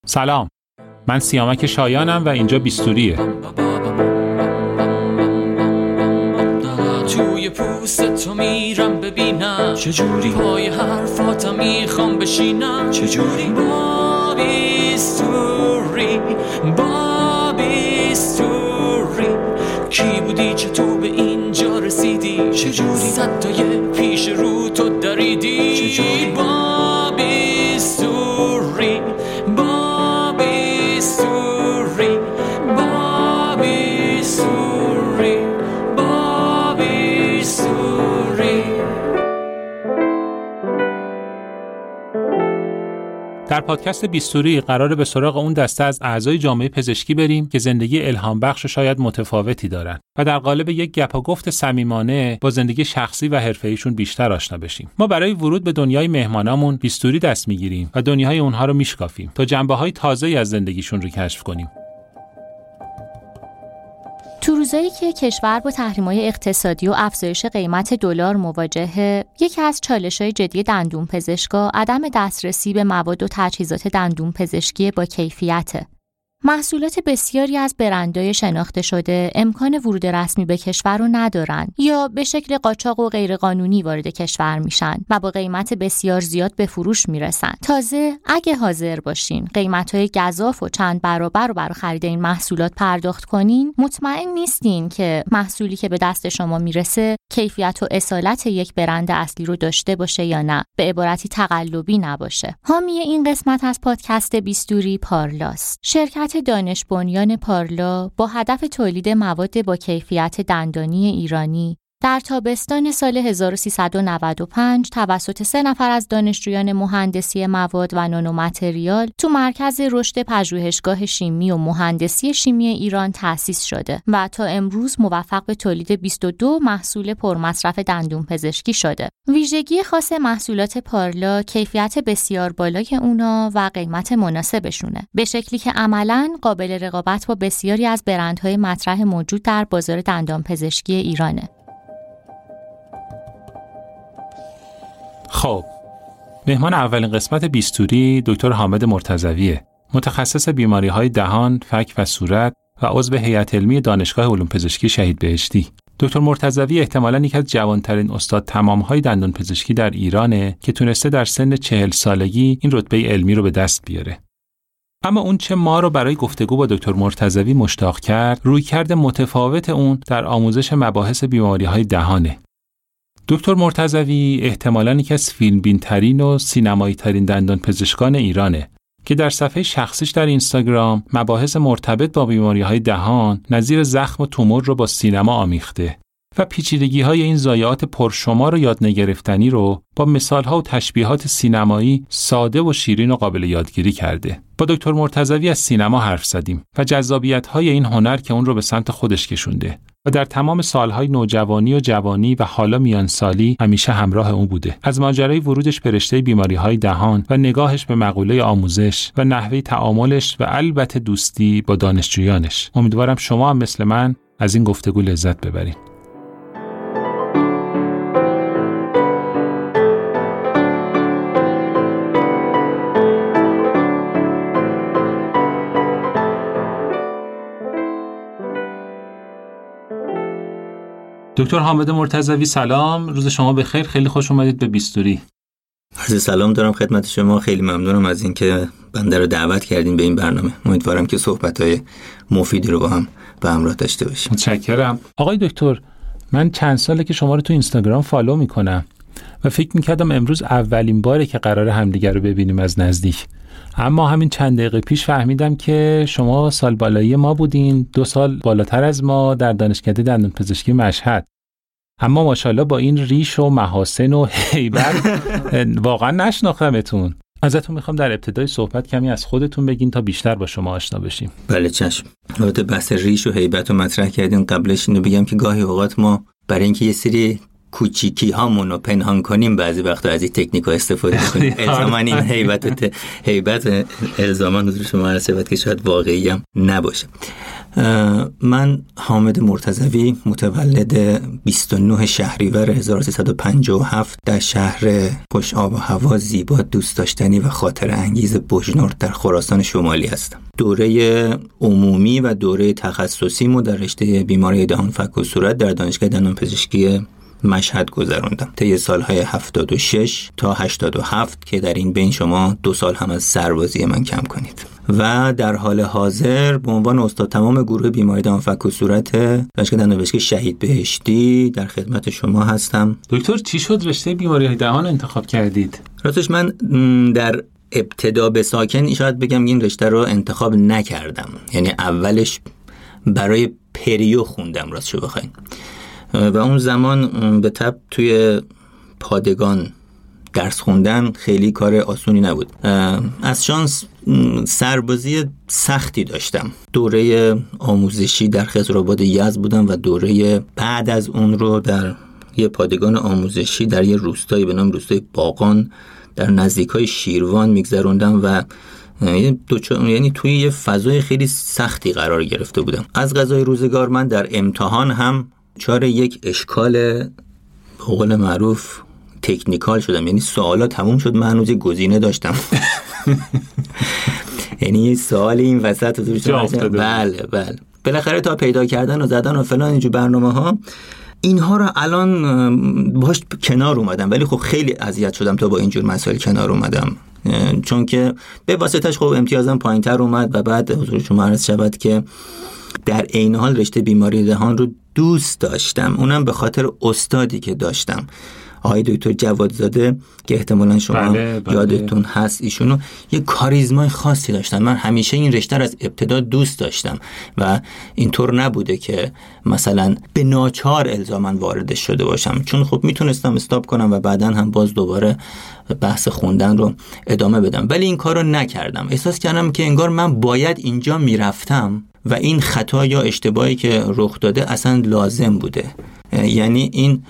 سلام، من سیامک شایانم و اینجا بیستوریه. توی پوست تو میرم ببینم چجوری پای حرفاتم میخوام بشینم چجوری با بیستوری کی بودی چطور به اینجا رسیدی چجوری صدای پیش رو تو دریدی چجوری با بیستوری در پادکست بیستوری قراره به سراغ اون دسته از اعضای جامعه پزشکی بریم که زندگی الهام بخش و شاید متفاوتی دارن و در قالب یک گپ و گفت صمیمانه با زندگی شخصی و حرفه‌ایشون بیشتر آشنا بشیم. ما برای ورود به دنیای مهمانامون بیستوری دست میگیریم و دنیای اونها رو میشکافیم تا جنبه‌های تازه‌ای از زندگیشون رو کشف کنیم. تو روزایی که کشور با تحریم‌های اقتصادی و افزایش قیمت دلار مواجهه، یکی از چالش‌های جدی دندون پزشکا عدم دسترسی به مواد و تجهیزات دندون پزشکی با کیفیته. محصولات بسیاری از برندهای شناخته شده امکان ورود رسمی به کشور رو ندارن یا به شکل قاچاق و غیرقانونی وارد کشور میشن و با قیمت بسیار زیاد به فروش میرسن. تازه اگه حاضر باشین قیمت‌های گزاف و چند برابر رو برای خرید این محصولات پرداخت کنین، مطمئن نیستین که محصولی که به دست شما میرسه کیفیت و اصالت یک برند اصلی رو داشته باشه یا نه، به عبارتی تقلبی نباشه. حامی این قسمت از پادکست بیستوری پارلاست. شرکت دانش بنیان پارلا با هدف تولید مواد با کیفیت دندانی ایرانی در تابستان سال 1395 توسط 3 نفر از دانشجویان مهندسی مواد و نانومتریال تو مرکز رشد پژوهشگاه شیمی و مهندسی شیمی ایران تأسیس شده و تا امروز موفق به تولید 22 محصول پرمصرف دندون پزشکی شده. ویژگی خاص محصولات پارلا کیفیت بسیار بالای اونا و قیمت مناسبشونه، به شکلی که عملاً قابل رقابت با بسیاری از برندهای مطرح موجود در بازار دندان پزشکی ایرانه. خب، مهمان اولین قسمت بیستوری دکتر حامد مرتضویه، متخصص بیماری‌های دهان، فک و صورت و عضو هیئت علمی دانشگاه علوم پزشکی شهید بهشتی. دکتر مرتضوی احتمالاً یکی از جوانترین استاد تمام‌های دندان پزشکی در ایرانه که تونسته در سن 40 سالگی این رتبه علمی رو به دست بیاره. اما اون چه ما رو برای گفتگو با دکتر مرتضوی مشتاق کرد، رویکرد متفاوت اون در آموزش مباحث بیماری‌های دهانه. دکتر مرتضوی احتمالاً یکی از فیلمبین‌ترین و سینمایی‌ترین دندان پزشکان ایرانه که در صفحه شخصیش در اینستاگرام مباحث مرتبط با بیماری‌های دهان نظیر زخم و تومور رو با سینما آمیخته و پیچیدگی‌های این ضایعات پرشمار و یاد نگرفتنی رو با مثال‌ها و تشبیهات سینمایی ساده و شیرین و قابل یادگیری کرده. با دکتر مرتضوی از سینما حرف زدیم و جذابیت‌های این هنر که اون رو به سمت خودش کشونده و در تمام سالهای نوجوانی و جوانی و حالا میانسالی همیشه همراه اون بوده. از ماجرای ورودش به رشته بیماری‌های دهان و نگاهش به مقوله آموزش و نحوه تعاملش و البته دوستی با دانشجویانش. امیدوارم شما هم مثل من از این گفتگو لذت ببرید. دکتر حامد مرتضوی سلام، روز شما بخیر، خیلی خوش اومدید به بیستوری. عرض سلام دارم خدمت شما، خیلی ممنونم از اینکه بنده رو دعوت کردین به این برنامه. امیدوارم که صحبت‌های مفیدی رو با هم به همراه داشته باشیم. متشکرم. آقای دکتر، من چند ساله که شما رو تو اینستاگرام فالو میکنم و فکر میکردم امروز اولین باره که قراره همدیگر رو ببینیم از نزدیک. اما همین چند دقیقه پیش فهمیدم که شما سال بالایی ما بودین، 2 سال بالاتر از ما در دانشکده دندان پزشکی مشهد. اما ماشاءالله با این ریش و محاسن و هیبت واقعا نشناختمتون. ازتون میخوام در ابتدای صحبت کمی از خودتون بگین تا بیشتر با شما آشنا بشیم. بله چشم. البته بحث ریش و هیبت رو مطرح کردین، قبلش اینو بگم که گاهی اوقات ما برای اینکه یه سری کوچیکی هامون رو پنهان کنیم بعضی وقتا از این تکنیک‌ها استفاده کنیم. الزاما این هیبت الزاما حضور شما هست که شاید واقعی هم نباشه. من حامد مرتضوی، متولد 29 شهریور 1357 در شهر خوش آب و هوا، زیبا، دوست داشتنی و خاطر انگیز بوجنورد در خراسان شمالی هستم. دوره عمومی و دوره تخصصیمو در رشته بیماری دهان، فک و صورت در دانشگاه دندانپزشکی مشهد گذروندم طی سالهای 76 تا 87 که در این بین شما 2 سال هم از سربازی من کم کنید. و در حال حاضر به عنوان استاد تمام گروه بیماری دهان، فک و صورت دانشگاه دندانپزشکی شهید بهشتی در خدمت شما هستم. دکتر چی شد رشته بیماری دهان انتخاب کردید؟ راستش من در ابتدا به ساکن شاید بگم این رشته رو انتخاب نکردم، یعنی اولش برای پریو خوندم راستشو بخواین و اون زمان به تبع توی پادگان درس خوندن خیلی کار آسونی نبود. از شانس سربازی سختی داشتم. دوره آموزشی در خضرآباد یزد بودم و دوره بعد از اون رو در یه پادگان آموزشی در یه روستایی به نام روستای باغان در نزدیکای شیروان میگذروندم و یعنی توی یه فضای خیلی سختی قرار گرفته بودم. از قضای روزگار من در امتحان هم چاره یک اشکال به قول معروف تکنیکال شدم، یعنی سوالا تموم شد من هنوز گزینه داشتم. یعنی سوال این وسط بله بالاخره تا پیدا کردن و زدن و فلان اینجور برنامه‌ها، اینها رو الان باش کنار اومدم، ولی خب خیلی اذیت شدم تا با اینجور مسائل کنار اومدم، چون که به واسطش خب امتیازم پایین‌تر اومد و بعد حضور شما عرض شود که در عین حال رشته بیماری دهان رو دوست داشتم، اونم به خاطر استادی که داشتم، آقای دکتر جوادزاده که احتمالاً شما یادتون هست. ایشونو یه کاریزمای خاصی داشتن. من همیشه این رشته رو از ابتدا دوست داشتم و اینطور نبوده که مثلا به ناچار الزاماً وارد شده باشم، چون خب میتونستم استاپ کنم و بعداً هم باز دوباره بحث خوندن رو ادامه بدم، ولی این کار رو نکردم. احساس کردم که انگار من باید اینجا میرفتم و این خطا یا اشتباهی که رخ داده اصلا لازم بوده. یعنی این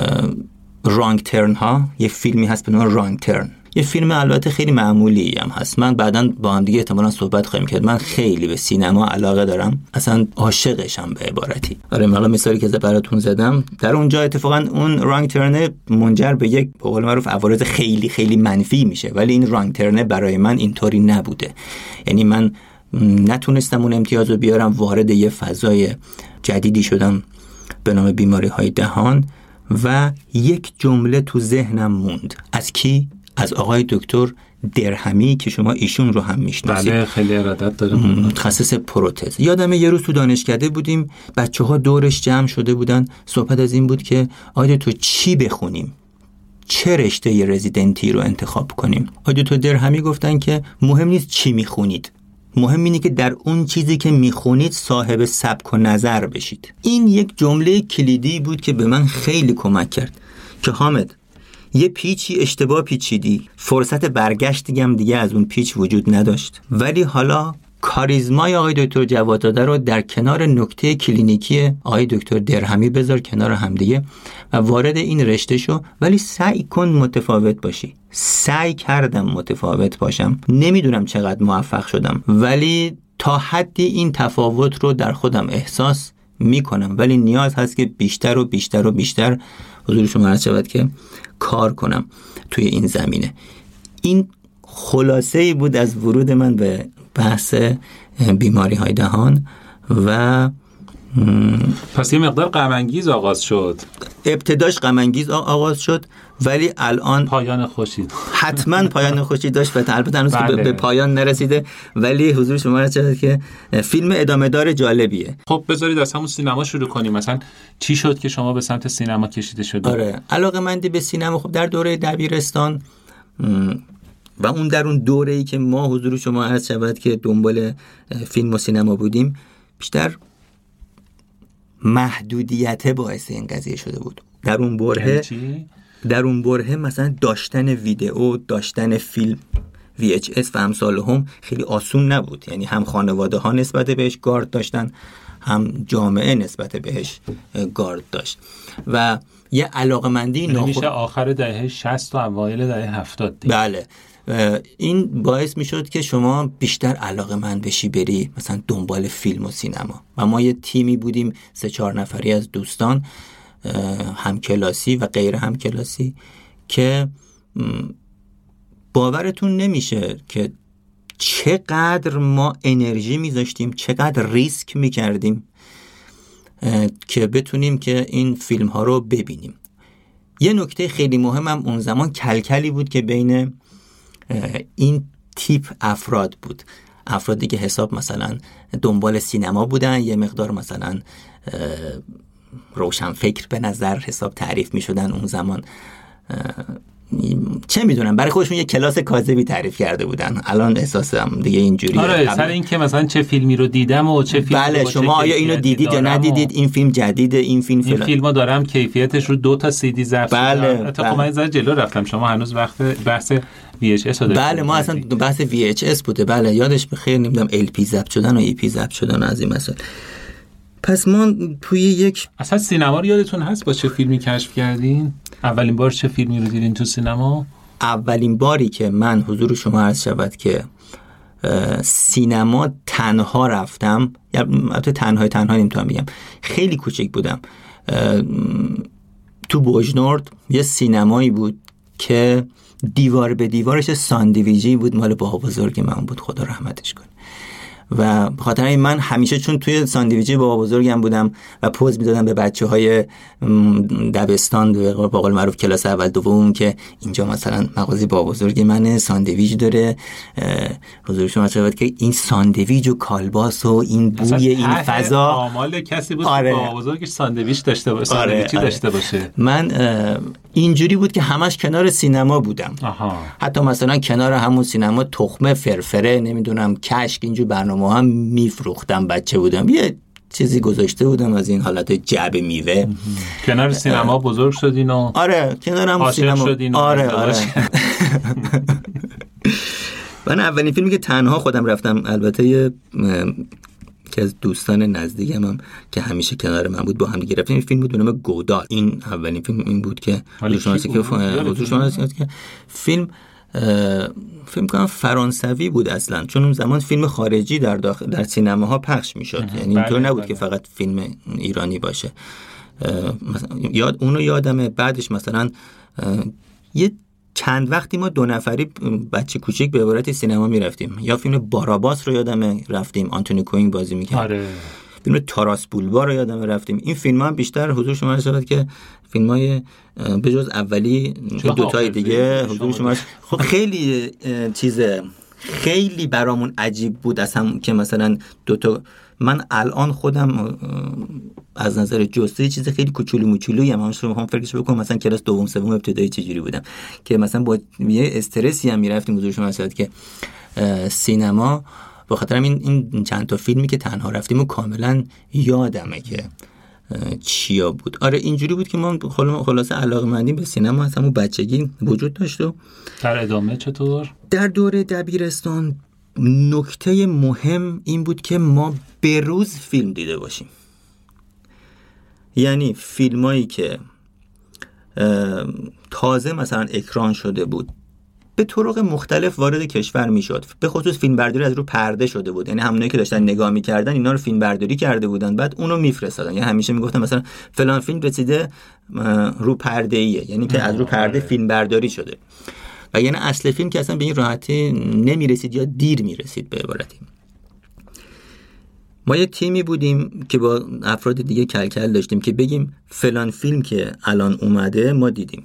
رانگ ترن ها، یه فیلمی هست به نام رانگ ترن، یه فیلم البته خیلی معمولی هم هست، من بعداً با هم دیگه احتمالاً صحبت خواهیم کرد. من خیلی به سینما علاقه دارم، اصلا عاشقشم به عبارتی. آره مثلا مثالی که براتون زدم در اونجا اتفاقاً اون رانگ ترن منجر به یک به قول معروف عوارض خیلی خیلی منفی میشه، ولی این رانگ ترن برای من اینطوری نبوده. یعنی من نتونستم اون امتیاز رو بیارم، وارد یه فضای جدیدی شدم به نام بیماری های دهان و یک جمله تو ذهنم موند. از کی؟ از آقای دکتر درهمی که شما ایشون رو هم میشناسید. بله خیلی ارادت دارم. متخصص پروتز. یادمه یه روز تو دانشکده بودیم، بچه‌ها دورش جمع شده بودن، صحبت از این بود که آقای دکتر چی بخونیم؟ چه رشته ی رزیدنتی رو انتخاب کنیم؟ آقای دکتر درهمی گفتن که مهم نیست چی میخونید، مهم اینه که در اون چیزی که میخونید صاحب سبک و نظر بشید. این یک جمله کلیدی بود که به من خیلی کمک کرد که حامد یه پیچی اشتباه پیچیدی، فرصت برگشت دیگه از اون پیچ وجود نداشت، ولی حالا کاریزمای آقای دکتر جوادزاده رو در کنار نکته کلینیکی آقای دکتر درهمی بذار کنار همدیگه و وارد این رشته شو، ولی سعی کن متفاوت باشی. سعی کردم متفاوت باشم، نمیدونم چقدر موفق شدم، ولی تا حدی این تفاوت رو در خودم احساس میکنم، ولی نیاز هست که بیشتر و بیشتر و بیشتر حضور شما عرض شود که کار کنم توی این زمینه. این خلاصه‌ای بود از ورود من به بحث بیماری های دهان و پس یه مقدار غم انگیز آغاز شد. ابتداش غم انگیز آغاز شد، ولی الان پایان خوشی حتما پایان خوشی داشت و البته هنوز که به پایان نرسیده، ولی حضور شما را چه که فیلم ادامه دار جالبیه. خب بذارید از همون سینما شروع کنیم. مثلا چی شد که شما به سمت سینما کشیده شدید؟ آره علاقه‌مندی به سینما خب در دوره دبیرستان و اون در اون دوره‌ای که ما حضور شما عرض شود که دنبال فیلم و سینما بودیم، بیشتر محدودیت باعث این قضیه شده بود. در اون بره مثلا داشتن ویدئو، داشتن فیلم VHS و امثال هم خیلی آسون نبود. یعنی هم خانواده ها نسبت بهش گارد داشتن، هم جامعه نسبت بهش گارد داشت و یه علاقمندی میشه آخر دهه 60 و اوایل دهه 70 بله این باعث میشد که شما بیشتر علاقه‌مند بشی بری مثلا دنبال فیلم و سینما. و ما یه تیمی بودیم 3-4 نفری از دوستان همکلاسی و غیر همکلاسی که باورتون نمیشه که چقدر ما انرژی میذاشتیم، چقدر ریسک میکردیم که بتونیم که این فیلم ها رو ببینیم. یه نکته خیلی مهمم اون زمان کلکلی بود که بین این تیپ افراد بود. افرادی که حساب مثلا دنبال سینما بودن، یه مقدار مثلا روشن فکر به نظر حساب تعریف می شدن اون زمان، چه میدونم برای خودشون یه کلاس کاذبی تعریف کرده بودن. الان احساسم دیگه اینجوریه. آره سر این که مثلا چه فیلمی رو دیدم و چه فیلمی بله شما آیا اینو دیدید یا ندیدید، این فیلم جدیده، این فیلمو دارم کیفیتش رو 2 تا CD ضبط بله حتی خب من ذره جلو رفتم، شما هنوز وقت بحث VHS رو بله ما اصلا بحث VHS بوده. بله یادش بخیر، نمیدونم LP ضبط شدن و EP ضبط شدن از این مسائل. پس ما توی یک اصلا سینما رو یادتون هست با چه فیلمی کشف کردین؟ اولین بار چه فیلمی رو دیدین تو سینما؟ اولین باری که من حضور شما عرض شود که سینما تنها رفتم، یا البته تنها نمیتونم بگم، خیلی کوچک بودم، تو بوجنورد یه سینمایی بود که دیوار به دیوارش ساندویجی بود، مال بابا بزرگ من بود، خدا رحمتش کنه. و به خاطر این من همیشه چون توی ساندویچی بابا بزرگم بودم و پوز میدادم به بچه‌های دبستان به قول معروف کلاس اول دوم که اینجا مثلا مغازه بابا بزرگ منه، ساندویچ داره، حضور شما شود که این ساندویچ و کالباس و این بوی این فضا آمال کسی بود که بابا بزرگش ساندویچ داشته باشه، ساندویچی داشته باشه. من اینجوری بود که همش کنار سینما بودم. حتی مثلا کنار همون سینما تخمه، فرفره، نمیدونم کشک، اینجور برنامه هم میفروختم. بچه بودم یه چیزی گذاشته بودم از این حالت جعب میوه. کنار سینما بزرگ شدین و آره کنار هم سینما شدین. آره من اولین فیلمی که تنها خودم رفتم، البته که از دوستان نزدیکم هم که همیشه کنار من بود با هم دیگه رفتیم، این فیلم بود به نام گودال. این اولین فیلم این بود که حضور شما که فیلم کنم فرانسوی بود اصلا، چون اون زمان فیلم خارجی در سینماها پخش میشد، یعنی اینطور نبود که فقط فیلم ایرانی باشه. اونو یادمه. بعدش مثلا یه چند وقتی ما 2 نفری بچه کوچیک به عبارت سینما میرفتیم. یا فیلم باراباس رو یادمه رفتیم، آنتونی کوین بازی میکرد. آره. فیلم تاراس بولوار رو یادمه رفتیم. این فیلم ها بیشتر حضور شما رسید که فیلم های بجز اولی 2 تای دیگه حضور شما خب خیلی چیزه، خیلی برامون عجیب بود اصلا که مثلا 2 تا من الان خودم از نظر جسته چیز خیلی کوچولو موچولویی هم میخوام فکرش بکنم، مثلا کلاس 2-3 ابتدایی چجوری بودم که مثلا با یه استرسی هم میرفتیم حضور شما رسید که سینما. به خاطر این چند تا فیلمی که تنها رفتیم و کاملا یادمه که چیا بود. آره اینجوری بود که ما خلاصه علاقه‌مندیم به سینما از همون بچگی وجود داشت. و در ادامه چطور؟ در دوره دبیرستان نکته مهم این بود که ما به روز فیلم دیده باشیم. یعنی فیلمایی که تازه مثلا اکران شده بود به طرق مختلف وارد کشور میشد، به خصوص فیلم برداری از رو پرده شده بود، یعنی همونایی که داشتن نگاه میکردن اینا رو فیلم برداری کرده بودن بعد اونو میفرستادن. یعنی همیشه میگفتن مثلا فلان فیلم رسیده رو پرده ایه، یعنی که از رو پرده فیلم برداری شده، و یعنی اصل فیلم که اصلا به این راحتی نمیرسید یا دیر میرسید. به عبارتی ما یه تیمی بودیم که با افراد دیگه کلکل داشتیم که بگیم فلان فیلم که الان اومده ما دیدیم.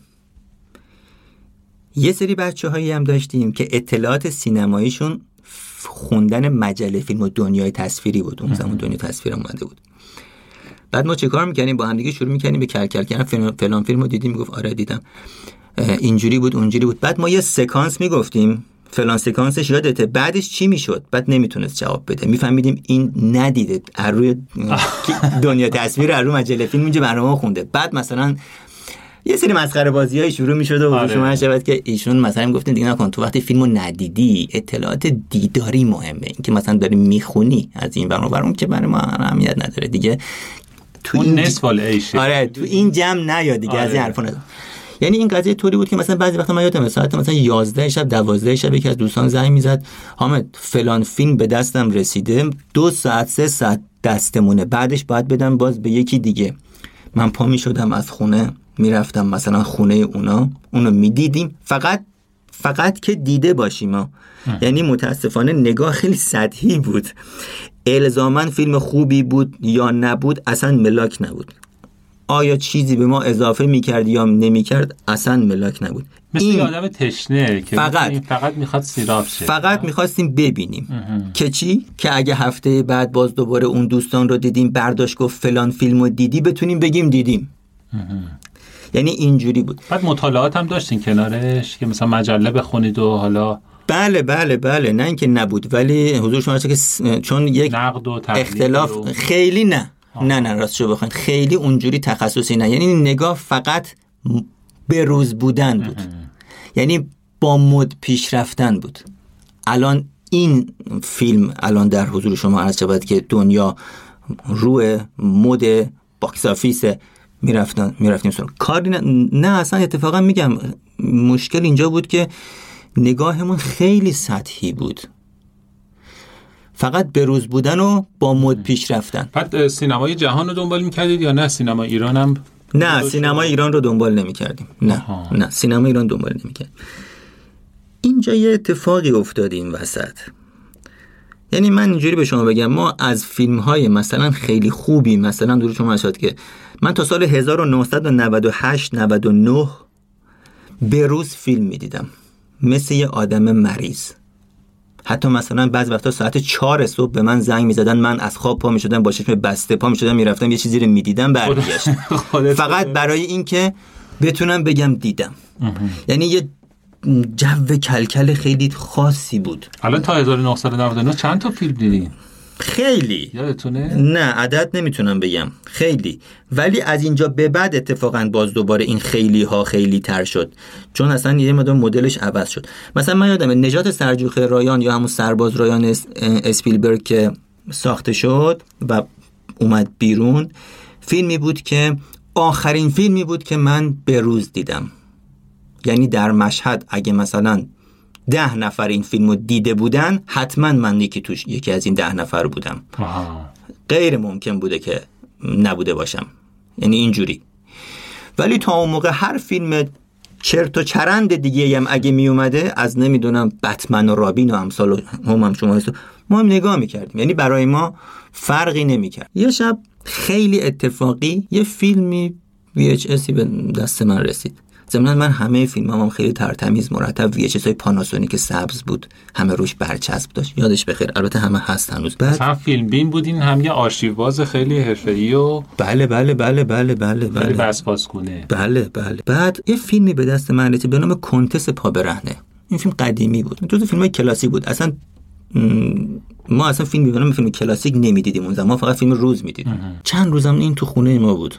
یه سری بچه‌هایی هم داشتیم که اطلاعات سینماییشون خوندن مجله فیلم و دنیای تصویری بود. اون زمان دنیای تصویر اومده بود. بعد ما چه کار می‌کردیم؟ با هم دیگه شروع می‌کردیم به کلکل کردن فلان فیلمو دیدیم، میگفت آره دیدم، اینجوری بود اونجوری بود. بعد ما یه سکانس میگفتیم فلان سکانسش یادته، بعدش چی میشد؟ بعد نمیتونست جواب بده. میفهمیدیم این ندیده، از روی دنیا تصویر از روی مجله فیلم اینجا برنامه خونده. بعد مثلا یه سری مسخره بازیای شروع میشد و شما شبت که ایشون مثلا میگفتن دیگه نکن، تو وقتی فیلمو ندیدی اطلاعات دیداری مهمه، اینکه مثلا داری میخونی از این برون که برای ما اهمیت نداره دیگه. تو اون نصف العیش. آره تو این جمع نیا دیگه. از این حرفا نزن. یعنی این قضیه طوری بود که مثلا بعضی وقتا من یادم ساعت مثلا 11 شب 12 شب یکی از دوستان زنگ میزد، حامد فلان فیلم به دستم رسیده، 2 ساعت 3 ساعت دستمونه، بعدش باید بدم باز به یکی دیگه. من پا میشدم از خونه میرفتم مثلا خونه اونو میدیدیم، فقط که دیده باشیم یعنی متاسفانه نگاه خیلی سطحی بود. الزاماً فیلم خوبی بود یا نبود اصلا ملاک نبود. آیا چیزی به ما اضافه میکرد یا نمیکرد اصلا ملاک نبود. مثل یه آدم تشنه که فقط میخواد سیراب شه. فقط میخواستیم ببینیم که چی؟ که اگه هفته بعد باز دوباره اون دوستان رو دیدیم برداشت گفت فلان فیلمو دیدی بتونیم بگیم دیدیم. یعنی اینجوری بود. بعد مطالعات هم داشتین کنارش که مثلا مجله بخونید و حالا بله نه اینکه نبود، ولی حضور شما که چون یک نقد و اختلاف خیلی نه راستشو بخواید خیلی اونجوری تخصصی نه، یعنی نگاه فقط به روز بودن بود. یعنی با مد پیش رفتن بود. الان این فیلم الان در حضور شما عرض شود که دنیا روی مد باکس آفیس میرفتیم سراغ کاری نه اصلا اتفاقا میگم مشکل اینجا بود که نگاهمون خیلی سطحی بود، فقط به روز بودن و با مد پیش رفتن. بعد سینمای جهان رو دنبال میکردید یا نه سینما ایران هم؟ نه سینمای ایران رو دنبال نمیکردیم. نه سینما ایران دنبال نمیکردیم. اینجا یه اتفاقی افتاد این وسط. یعنی من اینجوری به شما بگم، ما از فیلم‌های مثلا خیلی خوبی مثلا دور شما شد که من تا سال 1998 99 به روز فیلم میدیدم مثل یه آدم مریض. حتی مثلا بعض وقتا ساعت 4 صبح به من زنگ میزدن، من از خواب پا میشدم با چشم بسته پا میشدم میرفتم یه چیزی رو میدیدم برمیگشتم فقط برای این که بتونم بگم دیدم. یعنی یه جو کلکل خیلی خاصی بود. الان تا 1999 چند تا فیلم دیدین؟ خیلی یادتونه؟ نه عدد نمیتونم بگم، خیلی. ولی از اینجا به بعد اتفاقا باز دوباره این خیلی ها خیلی تر شد، چون اصلا یه مدام مدلش عوض شد. مثلا من یادمه نجات سرجوخه رایان یا همون سرباز رایان اسپیلبرگ که ساخته شد و اومد بیرون، فیلمی بود که آخرین فیلمی بود که من به روز دیدم. یعنی در مشهد اگه مثلا 10 نفر این فیلمو دیده بودن حتما من یکی از این 10 نفر بودم. غیر ممکن بوده که نبوده باشم، یعنی اینجوری. ولی تا اون موقع هر فیلم چرت و چرند دیگه هم اگه می اومده از نمیدونم بتمن و رابین و امثال هم شما ما هم نگاه میکردیم، یعنی برای ما فرقی نمیکرد. یه شب خیلی اتفاقی یه فیلمی VHSی به دست من رسید. ضمن من همه فیلمام خیلی ترتمیز مرتب VHS های پاناسونیک سبز بود، همه روش برچسب داشت، یادش بخیر، البته همه هست هنوز. بعد هم فیلم بین بودین هم یه آرشیو باز خیلی حرفه‌ای و بله وسواسگونه. بله. بعد یه فیلمی به دست من رسید به نام کنتس پا برهنه. این فیلم قدیمی بود، جزو فیلم‌های کلاسیک بود. اصلا ما اصلا فیلمی به نام فیلم کلاسیک نمی‌دیدیم اون زمان، فقط فیلم روز می‌دیدیم. چند روزم این تو خونه ما بود،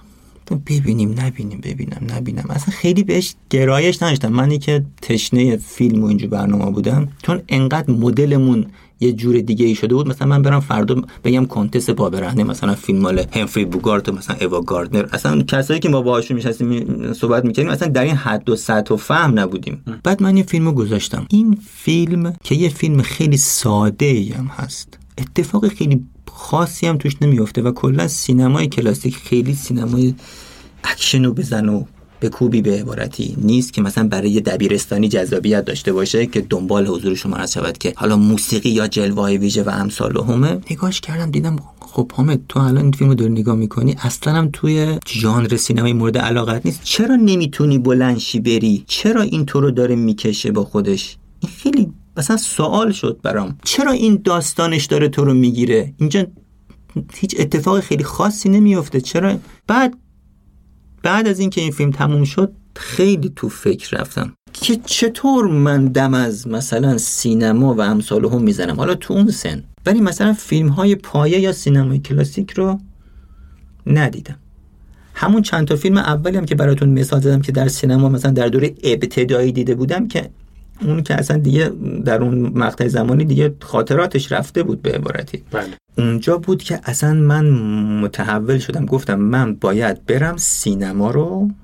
ببینم اصلا خیلی بهش گرایش نداشتم. منی که تشنه فیلم و اینجور برنامه بودم، چون انقدر مدلمون یه جور دیگه ای شده بود. مثلا من برم فردا بگم کنتس پا برهنه، مثلا فیلم مال همفری بوگارت و مثلا ایوا گاردنر، اصلا کسایی که ما باهاشون میشستیم صحبت میکردیم اصلا در این حد و سطح و فهم نبودیم. بعد من این فیلمو گذاشتم. این فیلم که یه فیلم خیلی ساده ای هم هست، اتفاق خیلی خاصی هم توش نمیفته و کلا سینمای کلاسیک خیلی سینمای اکشن و بزن و بکوبی به عبارتی نیست که مثلا برای یه دبیرستانی جذابیت داشته باشه که دنبال حضور شما عرض شود که حالا موسیقی یا جلوه‌های ویژه و امثال همه. نگاهش کردم دیدم خب حامد تو الان این فیلمو داری نگاه میکنی، اصلا هم توی ژانر سینمای مورد علاقت نیست، چرا نمیتونی بلند شی بری؟ چرا این تو رو داره میکشه با خودش؟ این خیلی مثلا سوال شد برام، چرا این داستانش داره تو رو میگیره؟ اینجا هیچ اتفاق خیلی خاصی نمیفته، چرا؟ بعد از اینکه این فیلم تموم شد خیلی تو فکر رفتم که چطور من دم از مثلا سینما و امثال هم میزنم حالا تو اون سن، ولی مثلا فیلم های پایه یا سینمای کلاسیک رو ندیدم. همون چند تا فیلم اولی هم که براتون مثال زدم که در سینما مثلا در دوره ابتدایی دیده بودم، که اون که اصلا دیگه در اون مقطع زمانی دیگه خاطراتش رفته بود به عبارتی. بله. اونجا بود که اصلا من متحول شدم، گفتم من باید برم سینما رو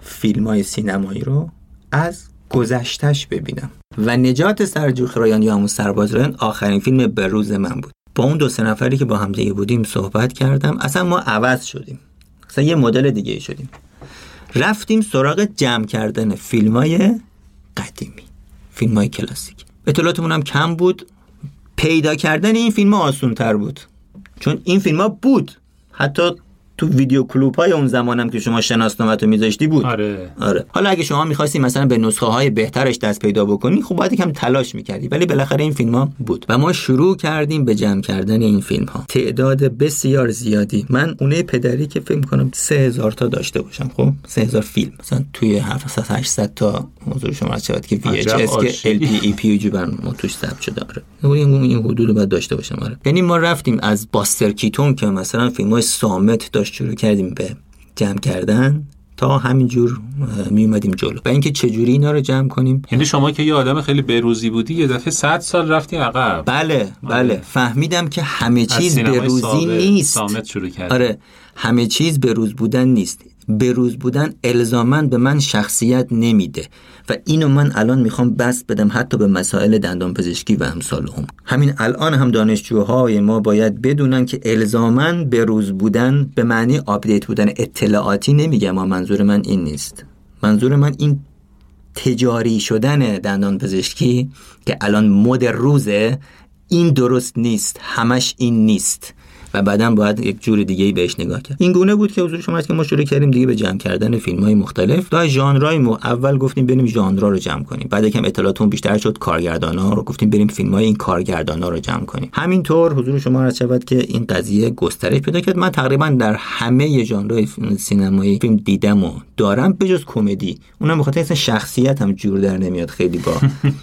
فیلم‌های سینمایی رو از گذشتش ببینم و نجات سرجوخ رایان یا همون سرباز رایان آخرین فیلم بروز من بود. با اون 2-3 نفری که با هم دیگه بودیم صحبت کردم، اصلا ما عوض شدیم، اصلا یه مدل دیگه شدیم. رفتیم سراغ جمع کردن فیلم‌های قدیمی، فیلم‌های کلاسیک. اطلاعاتمون هم کم بود، پیدا کردن این فیلم‌ها آسان‌تر بود، چون این فیلم‌ها بود، حتی تو ویدیو کلوپ‌های اون زمانم که شما شناسنامه‌تو می‌ذاشتی بود. آره. حالا اگه شما می‌خواستی مثلا به نسخه‌های بهترش دست پیدا بکنی، خب باید یکم تلاش می‌کردی، ولی بالاخره این فیلم‌ها بود و ما شروع کردیم به جمع کردن این فیلم‌ها. تعداد بسیار زیادی. من اونه پدری که فکر می‌کنم 3000 تا داشته باشم، خب 3000 فیلم مثلا توی 700-800 تا حضور شما شد که VHS که LP EPUG برام توش ثبت شده. آره این حدود رو باید داشته باشم. آره یعنی ما رفتیم از باستر کیتون که مثلا فیلم‌های صامت شروع کردیم به جمع کردن تا همینجور می اومدیم جلو و اینکه چجوری اینا رو جمع کنیم. یعنی شما که یه آدم خیلی بروزی بودی یه دفعه 100 سال رفتی عقب. بله فهمیدم که همه چیز بروزی نیست. صامت شروع کردیم. آره همه چیز بروز بودن نیست. بروز بودن الزاماً به من شخصیت نمیده و اینو من الان میخوام بس بدم حتی به مسائل دندان پزشکی و امثال همین الان هم دانشجوهای ما باید بدونن که الزاماً بروز بودن به معنی آپدیت بودن اطلاعاتی نمیگم، منظور من این نیست. منظور من این تجاری شدن دندان پزشکی که الان مد روزه، این درست نیست، همش این نیست و بعداً باید یک جور دیگه‌ای بهش نگاه کرد. این گونه بود که حضور شما هست که ما شروع کردیم دیگه به جمع کردن فیلم‌های مختلف. تا ژانرهای اول گفتیم بریم ژانرها رو جمع کنیم، بعد یکم اطلاعاتمون بیشتر شد کارگردانا رو گفتیم بریم فیلم‌های این کارگردانا رو جمع کنیم. همینطور حضور شما هست شود که این قضیه گسترش پیدا کرد. من تقریباً در همه ژانرهای سینمایی فیلم دیدم و دارم بجز کمدی. اونم بخاطر اصلا شخصیتم جور در نمیاد خیلی با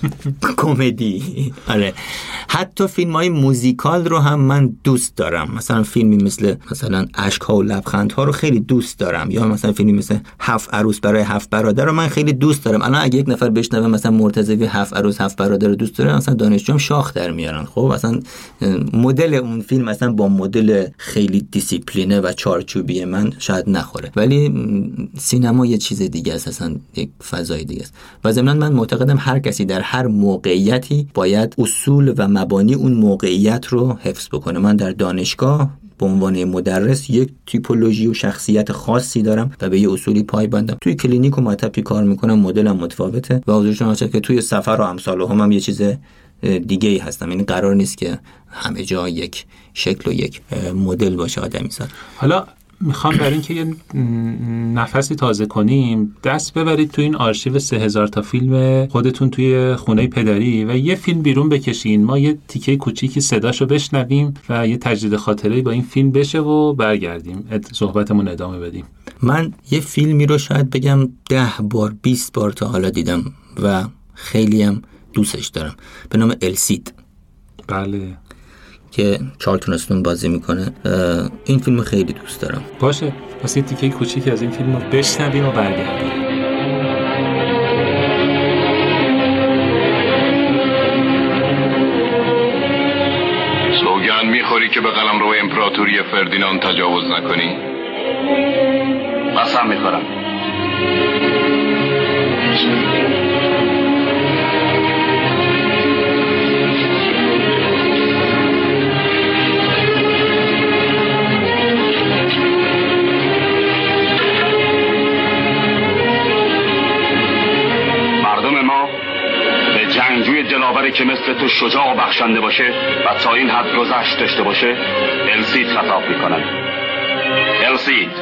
کمدی. آره حتی فیلم‌های موزیکال رو هم من دوست دارم. مثلا فیلمی مثل مثلا اشک‌ها و لبخندها رو خیلی دوست دارم، یا مثلا فیلمی مثل 7 عروس برای 7 برادر رو من خیلی دوست دارم. الان اگه یک نفر بشنوه مثلا مرتضوی 7 عروس 7 برادر رو دوست داره، مثلا دانشجوام شاخ در میارن. خب مثلا مدل اون فیلم مثلا با مدل خیلی دیسیپلینه و چارچوبی من شاید نخوره، ولی سینما یه چیز دیگه است، اصلا یک فضای دیگه است. و ضمن من معتقدم هر کسی در هر موقعیتی باید اصول و مبانی اون موقعیت رو حفظ بکنه. من در دانشگاه به عنوان مدرس یک تیپولوژی و شخصیت خاصی دارم و به یه اصولی پایبندم. توی کلینیک و مطبی کار میکنم، مدلم متفاوته و حضور شما که توی سفر و امثال هم یه چیز دیگه ای هستم. یعنی قرار نیست که همه جا یک شکل و یک مدل باشه آدمیزاد. حالا میخوام برای اینکه یه نفسی تازه کنیم دست ببرید تو این آرشیو 3000 تا فیلم خودتون توی خونه پدری و یه فیلم بیرون بکشین، ما یه تیکه کوچیکی صداشو بشنویم و یه تجدید خاطره با این فیلم بشه و برگردیم صحبتمون ادامه بدیم. من یه فیلمی رو شاید بگم 10 بار 20 بار تا حالا دیدم و خیلی هم دوستش دارم، به نام السید. بله که چارلتون هستون بازی میکنه. این فیلم خیلی دوست دارم. باشه پس یه تیکه کوچیکی از این فیلم رو بشنویم و برگردیم. سوگند میخوری که به قلمرو امپراتوری فردیناند تجاوز نکنی؟ قسم میخورم. جنگجوی دلاوری که مثل تو شجاع و بخشنده باشه و تا این حد گذشت داشته باشه السید خطاب میکنن. السید،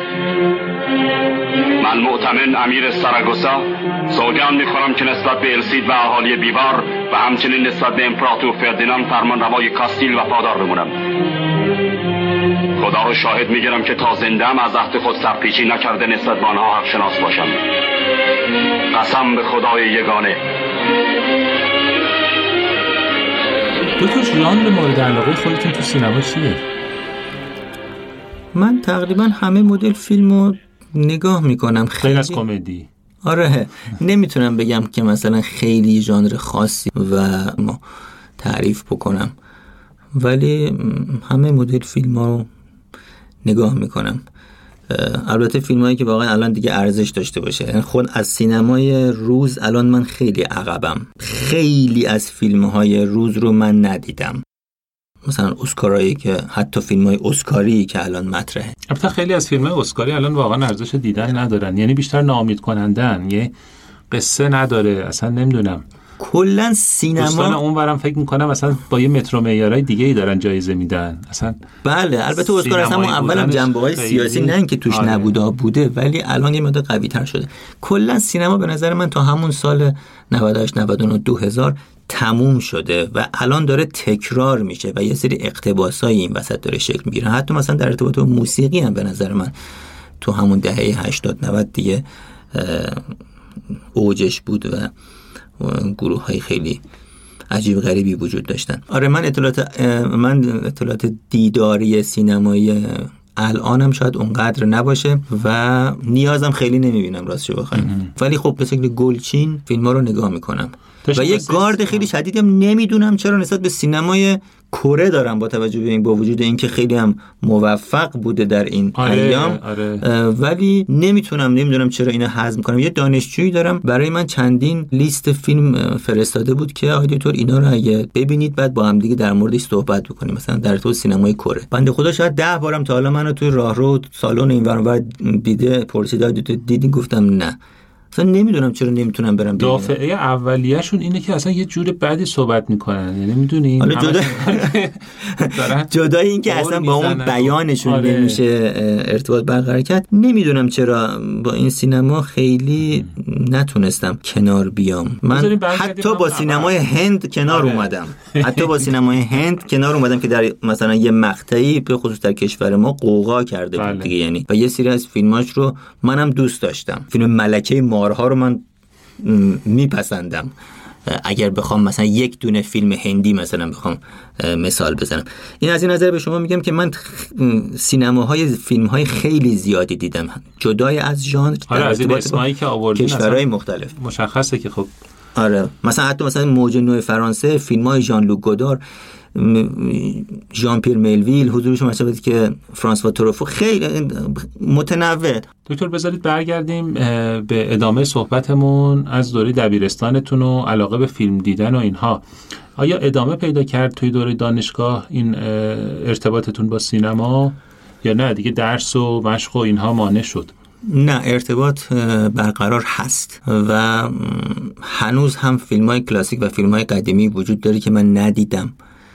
من معتمن امیر ساراگوسا سوگند میخورم که نسبت به السید و اهالی بیوار و همچنین نسبت به امپراتور فردیناند فرمانروای کاستیل وفادار بمونم. خدا رو شاهد میگیرم که تا زنده‌ام از عهد خود سرپیچی نکرده نسبت به آنها حق شناس باشم. قسم به خدای یگانه. دکتر ژانر مورد علاقه خودتون تو سینما چیه؟ من تقریبا همه مدل فیلمو نگاه میکنم. خیلی از کمدی. آره نمیتونم بگم که مثلا خیلی ژانر خاصی و تعریف بکنم، ولی همه مدل فیلم رو نگاه میکنم. البته فیلمایی که واقعا الان دیگه ارزش داشته باشه. خود از سینمای روز الان من خیلی عقبم، خیلی از فیلمهای روز رو من ندیدم. مثلا اسکارایی که حتی فیلم‌های اسکاری که الان مطرحه، البته خیلی از فیلم‌های اسکاری الان واقعا ارزش دیدن ندارن، یعنی بیشتر ناامید کنندن، یه قصه نداره، اصلا نمیدونم. کلا سینما دوستان اونورم فکر می‌کنم مثلا با یه مترو معیارای دیگه‌ای دارن جایزه میدن اصلا. بله البته اسکار اصلا اولم جنبه‌های سیاسی نه اینکه توش نبوده بوده، ولی الان یه مقدار قوی‌تر شده. کلا سینما به نظر من تا همون سال 98 99 2000 تموم شده و الان داره تکرار میشه و یه سری اقتباسای این وسط داره شکل میگیره. حتی مثلا در ارتباط با موسیقی هم به نظر من تو همون دهه 80 90 دیگه اوجش بود و گروه‌های خیلی عجیب غریبی وجود داشتن. آره من اطلاعات دیداری سینمایی الانم شاید اونقدر نباشه و نیازم خیلی نمیبینم راستشو بخوایم، ولی خب به شکل گلچین فیلم‌ها رو نگاه میکنم و یه گارد خیلی شدیدم نمیدونم چرا نسبت به سینمای کره دارم، با توجه به این با وجود اینکه خیلی هم موفق بوده در این ایام. ولی نمیدونم چرا اینو هضم کنم. یه دانشجویی دارم برای من چندین لیست فیلم فرستاده بود که آقای دکتر اینا رو اگه ببینید بعد با هم دیگه در موردش صحبت بکنیم، مثلا در تو سینمای کره. بنده خدا شاید 10 بارم تا حالا منو توی راهرو سالن این ور دیده، پرسید دیدین؟ گفتم نه. اصلا نمیدونم چرا نمیتونم برم ببینم. دافعه اولیه‌شون اینه که اصلا یه جور بعدی صحبت میکنن، یعنی میدونی حالا جدای این که اصلا با اون بیانشون نمیشه ارتباط برقرار کرد. نمیدونم چرا با این سینما خیلی نتونستم کنار بیام. من حتی با سینمای هند کنار اومدم. حتی با سینمای هند کنار اومدم که در مثلا یه مقطعی به خصوص در کشور ما قوقا کرده بود دیگه، یعنی و یه سری از فیلماش رو منم دوست داشتم. فیلم ملکه مارها رو من میپسندم. اگر بخوام مثلا یک دونه فیلم هندی مثلا بخوام مثال بزنم، این از این نظر به شما میگم که من فیلم‌های خیلی زیادی دیدم جدای از ژانر در ارتباط با کشورهای مختلف. مشخصه که خب آره مثلا حتی مثلا موج نو فرانسه، فیلم‌های ژان لوک گودار، ژان پیر ملویل، حضورش مشابهت که فرانسوا تروفو، خیلی متنوع. دکتر بذارید برگردیم به ادامه صحبتمون از دوره دبیرستانتون و علاقه به فیلم دیدن و اینها. آیا ادامه پیدا کرد توی دوره دانشگاه این ارتباطتون با سینما یا نه دیگه درس و مشق و اینها مانع شد؟ نه، ارتباط برقرار هست و هنوز هم فیلم‌های کلاسیک و فیلم‌های قدیمی وجود داره که من ندیدم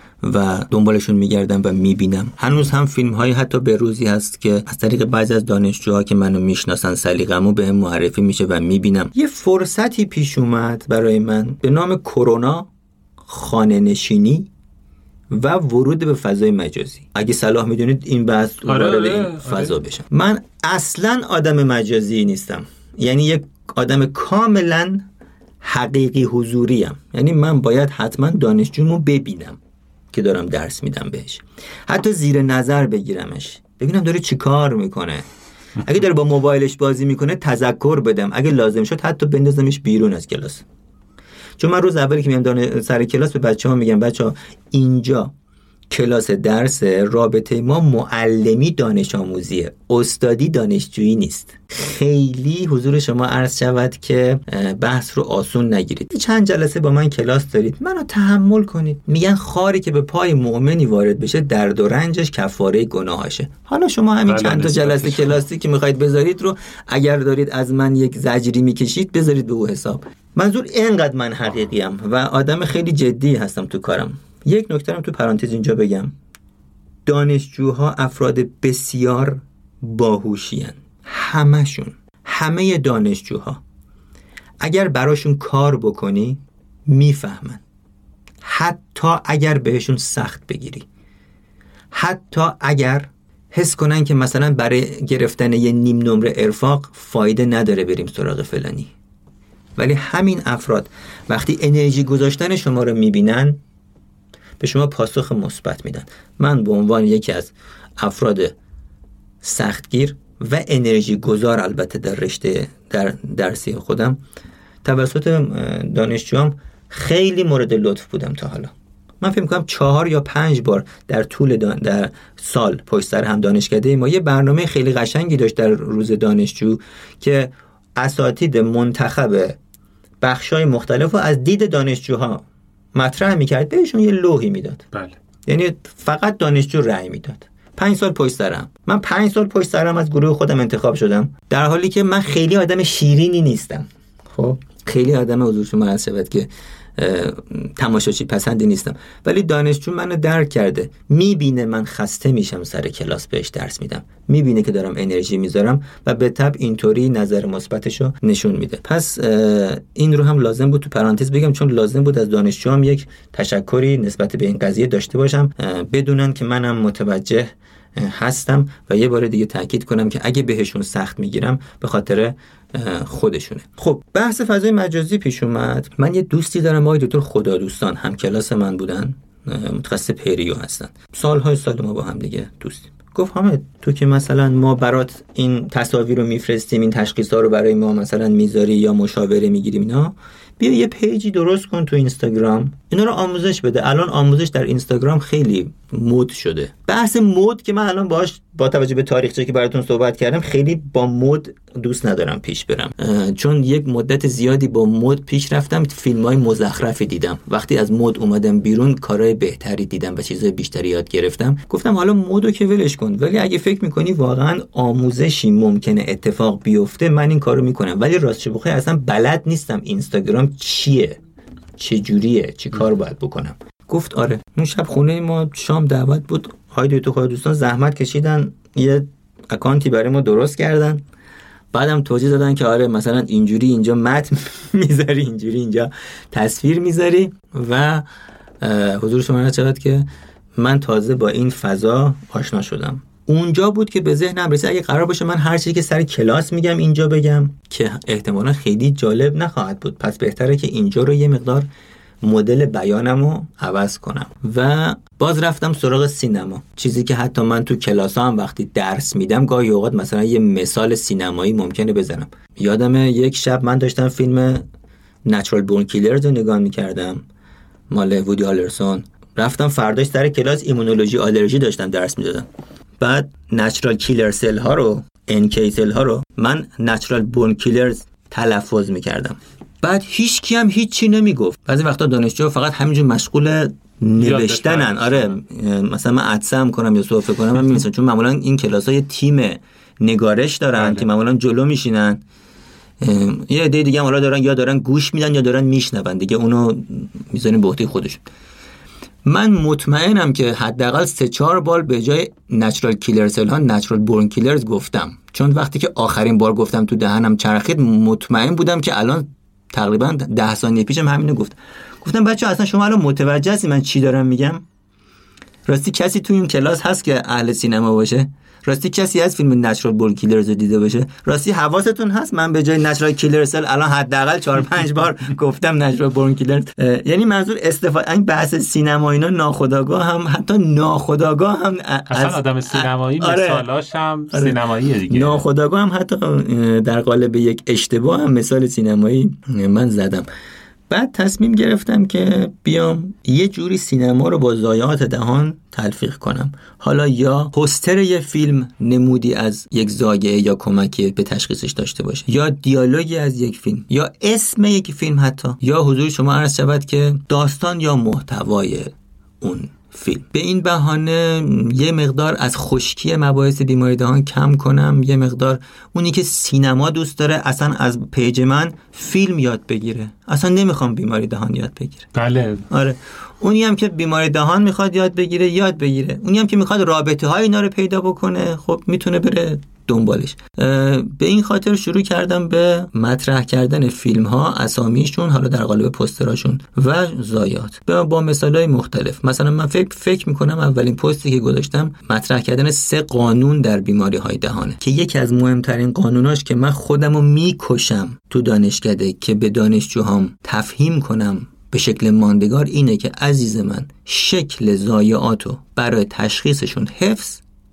و دنبالشون میگردم و میبینم. هنوز هم فیلم‌های حتی به روزی هست که از طریق بعضی از دانشجوها که منو میشناسن سلیقه‌مو بهم معرفی میشه و میبینم. یه فرصتی پیش اومد برای من به نام کرونا، خانه نشینی و ورود به فضای مجازی. اگه صلاح میدونید این بحث وارد این فضا بشم. من اصلاً آدم مجازی نیستم، یعنی یک آدم کاملاً حقیقی حضوریم. یعنی من باید حتما دانشجومو ببینم که دارم درس میدم بهش، حتی زیر نظر بگیرمش، ببینم داره چی کار میکنه. اگه داره با موبایلش بازی میکنه تذکر بدم، اگه لازم شد حتی بندازمش بیرون از کلاس. چون من روز اولی که میام سر کلاس به بچه‌ها میگم بچه‌ها اینجا کلاس درس، رابطه ما معلمی دانش آموزیه، استادی دانشجویی نیست. خیلی حضور شما عرض شود که بحث رو آسون نگیرید. چند جلسه با من کلاس دارید، منو تحمل کنید. میگن خاری که به پای مؤمنی وارد بشه درد و رنجش کفاره گناهاشه. حالا شما همین چند تا جلسه کلاسی که میخواید بذارید رو اگر دارید از من یک زجری میکشید بذارید به او حساب. منظور اینقدر من حقیقیم و آدم خیلی جدی هستم تو کارم. یک نکته رو تو پرانتز اینجا بگم، دانشجوها افراد بسیار باهوشی هستند. همشون، همه دانشجوها اگر براشون کار بکنی میفهمن، حتی اگر بهشون سخت بگیری، حتی اگر حس کنن که مثلا برای گرفتن یه نیم نمره ارفاق فایده نداره بریم سراغ فلانی، ولی همین افراد وقتی انرژی گذاشتن شما رو میبینن به شما پاسخ مثبت میدن. من به عنوان یکی از افراد سختگیر و انرژی گذار البته در رشته در درسی خودم توسط دانشجوام خیلی مورد لطف بودم تا حالا. من فکر می‌کنم 4 یا 5 بار در طول در سال پشت سر هم دانشکده ما یه برنامه خیلی قشنگی داشت در روز دانشجو که اساتید منتخب بخش‌های مختلف رو از دید دانشجوها مطرح می‌کرد، بهشون یه لوحی میداد. بله. یعنی فقط دانشجو رأی میداد. 5 سال پشت سرم. من 5 سال پشت سرم از گروه خودم انتخاب شدم، در حالی که من خیلی آدم شیرینی نیستم. خب خیلی آدم حضورتون مرز شود که تماشاچی پسندی نیستم، ولی دانشجو منو درک کرده، میبینه من خسته میشم سر کلاس بهش درس میدم، میبینه که دارم انرژی میذارم و به طبع اینطوری نظر مثبتشو نشون میده. پس این رو هم لازم بود تو پرانتز بگم، چون لازم بود از دانشجوام یک تشکری نسبت به این قضیه داشته باشم، بدونن که منم متوجه هستم و یه بار دیگه تاکید کنم که اگه بهشون سخت میگیرم به خاطر خودشونه. خب بحث فضای مجازی پیش اومد. من یه دوستی دارم، آقای دکتر خدادوستان، هم کلاس من بودن، متخصص پریو هستن، سال ما با هم دیگه دوستیم. گفت حامد تو که مثلا ما برات این تصاویر رو میفرستیم، این تشخیصا رو برای ما مثلا میذاری یا مشاوره میگیریم اینا، بیا یه پیجی درست کن تو اینستاگرام، اینا رو آموزش بده. الان آموزش در اینستاگرام خیلی مد شده. بحث مد که من الان با توجه به تاریخچه‌ای که براتون صحبت کردم خیلی با مد دوست ندارم پیش برم، چون یک مدت زیادی با مد پیش رفتم، فیلم‌های مزخرفی دیدم، وقتی از مد اومدم بیرون کارهای بهتری دیدم و چیزهای بیشتری یاد گرفتم. گفتم حالا مدو که ولش کن، ولی اگه فکر می‌کنی واقعا آموزشی ممکنه اتفاق بیفته من این کارو می‌کنم، ولی راستش بخوای اصلا بلد نیستم اینستاگرام چیه، چه جوریه، چی کار باید بکنم. گفت آره. اون شب خونه ما شام دعوت بود، های تو خود دوستان زحمت کشیدن یه اکانتی برای ما درست کردن، بعدم توضیح دادن که آره مثلا اینجوری اینجا متن میذاری، اینجوری اینجا تصویر میذاری و حضور شما را چقدر که من تازه با این فضا آشنا شدم. اونجا بود که به ذهنم رسید اگه قرار باشه من هر چیزی که سر کلاس میگم اینجا بگم که احتمالاً خیلی جالب نخواهد بود، پس بهتره که اینجا رو یه مقدار مدل بیانمو عوض کنم و باز رفتم سراغ سینما، چیزی که حتی من تو کلاس‌ها هم وقتی درس میدم گاهی اوقات مثلا یه مثال سینمایی ممکنه بزنم. یادمه یک شب من داشتم فیلم نچرال بورن کیلرز رو نگاه میکردم مال وودی هالرسون، رفتم فرداش سر کلاس ایمونولوژی آلرژی داشتم درس میدادم، بعد نچرال کیلر سل ها رو NK سل ها رو من نچرال بورن کیلرز تلفظ میکردم، بعد هیچ کی هم هیچی نمیگفت. بعضی وقتا دانشجو فقط همینجور مشغول نوشتنن. آره مثلا من عطسه هم کنم یا سرفه کنم من می‌نویسم، چون معمولا این کلاس‌ها یه تیم نگارش دارن که معمولا جلو میشینن، یه عده دیگه هم حالا دارن یا دارن گوش میدن یا دارن میشنون دیگه، اونو میذارن به عهده خودشون. من مطمئنم که حداقل 3-4 بار به جای نچرال کیلر سل ها نچرال بورن کیلرز گفتم، چون وقتی که آخرین بار گفتم تو دهنم چرخید مطمئن بودم که الان تقریبا 10 ثانیه پیشم همینو گفتم بچه‌ها اصلا شما الان متوجه هستی من چی دارم میگم؟ راستی کسی تو این کلاس هست که اهل سینما باشه؟ راستی کسی از فیلم نچرال بورن کیلرز رو دیده باشه؟ راستی حواستون هست من به جای نچرال کیلر سل الان حداقل 4-5 بار گفتم نچرال بورن کیلرز؟ یعنی منظور استفاده این بحث سینما اینا ناخودآگاه هم حتی ناخودآگاه هم اصلا آدم سینمایی مثالاش هم سینماییه دیگه، ناخودآگاه هم حتی در قالب یک اشتباه هم مثال سینمایی من زدم. بعد تصمیم گرفتم که بیام یه جوری سینما رو با ضایعات دهان تلفیق کنم، حالا یا پوستر یه فیلم نمودی از یک ضایعه یا کمکی به تشخیصش داشته باشه، یا دیالوگی از یک فیلم، یا اسم یک فیلم، حتی یا حضور شما عرض شود که داستان یا محتوای اون فیلم. به این بهانه یه مقدار از خشکی مباحث بیماری دهان کم کنم، یه مقدار اونی که سینما دوست داره اصلا از پیج من فیلم یاد بگیره، اصلا نمیخوام بیماری دهان یاد بگیره. بله آره، اونی هم که بیماری دهان میخواد یاد بگیره، اونی هم که میخواد رابطه های اینا رو پیدا بکنه خب میتونه بره دنبالش. به این خاطر شروع کردم به مطرح کردن فیلم ها، اسامیشون، حالا در قالب پوستراشون و ضایعات با مثالای مختلف. مثلا من فکر میکنم اولین پستی که گذاشتم مطرح کردن 3 قانون در بیماری های دهانه که یکی از مهمترین قانوناش که من خودمو میکشم تو دانشکده که به دانشجوهام تفهیم کنم به شکل ماندگار اینه که عزیز من شکل ضایعاتو برای تشخیصشون حفظ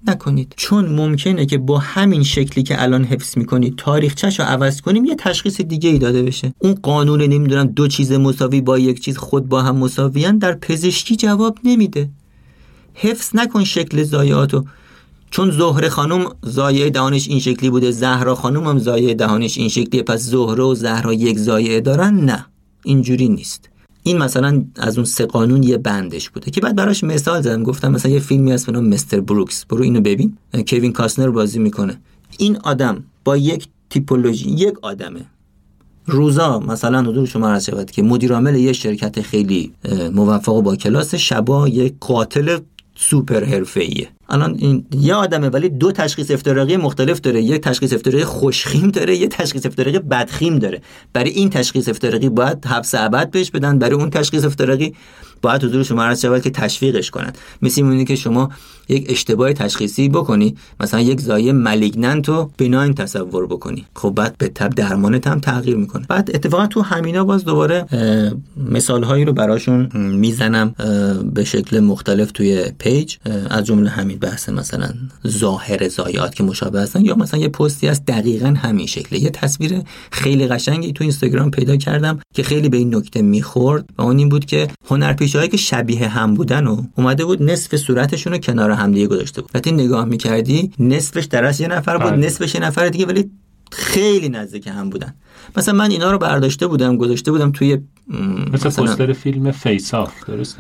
نکنید، چون ممکنه که با همین شکلی که الان حفظ میکنید تاریخچه‌شو عوض کنیم یه تشخیص دیگه ای داده بشه. اون قانون نمیدونم 2 چیز مساوی با 1 چیز خود با هم مساویان در پزشکی جواب نمیده. حفظ نکن شکل ضایعاتو، چون زهره خانم ضایعه دهانش این شکلی بوده، زهرا خانم هم ضایعه دهانش این شکلیه، پس زهره و زهرا یک ضایعه دارن. نه، اینجوری نیست. این مثلا از اون 3 قانون یه بندش بوده که بعد براش مثال زدم، گفتم مثلا یه فیلمی هست به نام مستر بروکس، برو اینو ببین، کوین کاستنر بازی میکنه. این آدم با یک تیپولوژی، یک آدمه روزا مثلا حضور شما عرض شود که مدیر عامل یه شرکت خیلی موفق و با کلاس، شبا یک قاتل سوپر حرفه‌ایه. الان این یه آدمه ولی 2 تشخیص افتراقی مختلف داره، یک تشخیص افتراقی خوشخیم داره، یک تشخیص افتراقی بدخیم داره. برای این تشخیص افتراقی باید حبس ابد بهش بدن، برای اون تشخیص افتراقی باید حضور شما عرض شود که تشویقش کنن. مثل اینه که شما یک اشتباه تشخیصی بکنی، مثلا یک زایه مالیگننت رو بناین تصور بکنی، خب بعد به تبع درمانت هم تغییر میکنه. بعد اتفاقا تو همینا باز دوباره مثال هایی رو براشون میزنم به شکل مختلف توی پیج، از جمله همین بحث مثلا ظاهر ضایعات که مشابه هستن، یا مثلا یه پستی از دقیقاً همین شکله. یه تصویر خیلی قشنگی تو اینستاگرام پیدا کردم که خیلی به این نکته میخورد و اون این بود که هنرپیشه‌هایی که شبیه هم بودن و اومده بود نصف صورتشون رو کنار هم دیگه گذاشته بود. وقتی نگاه می‌کردی نصفش درست یه نفر بود، نصفش یه نفر دیگه، ولی خیلی نزدیک هم بودن. مثلا من اینا رو برداشته بودم گذاشته بودم توی مثلا پوستر فیلم فیس آف.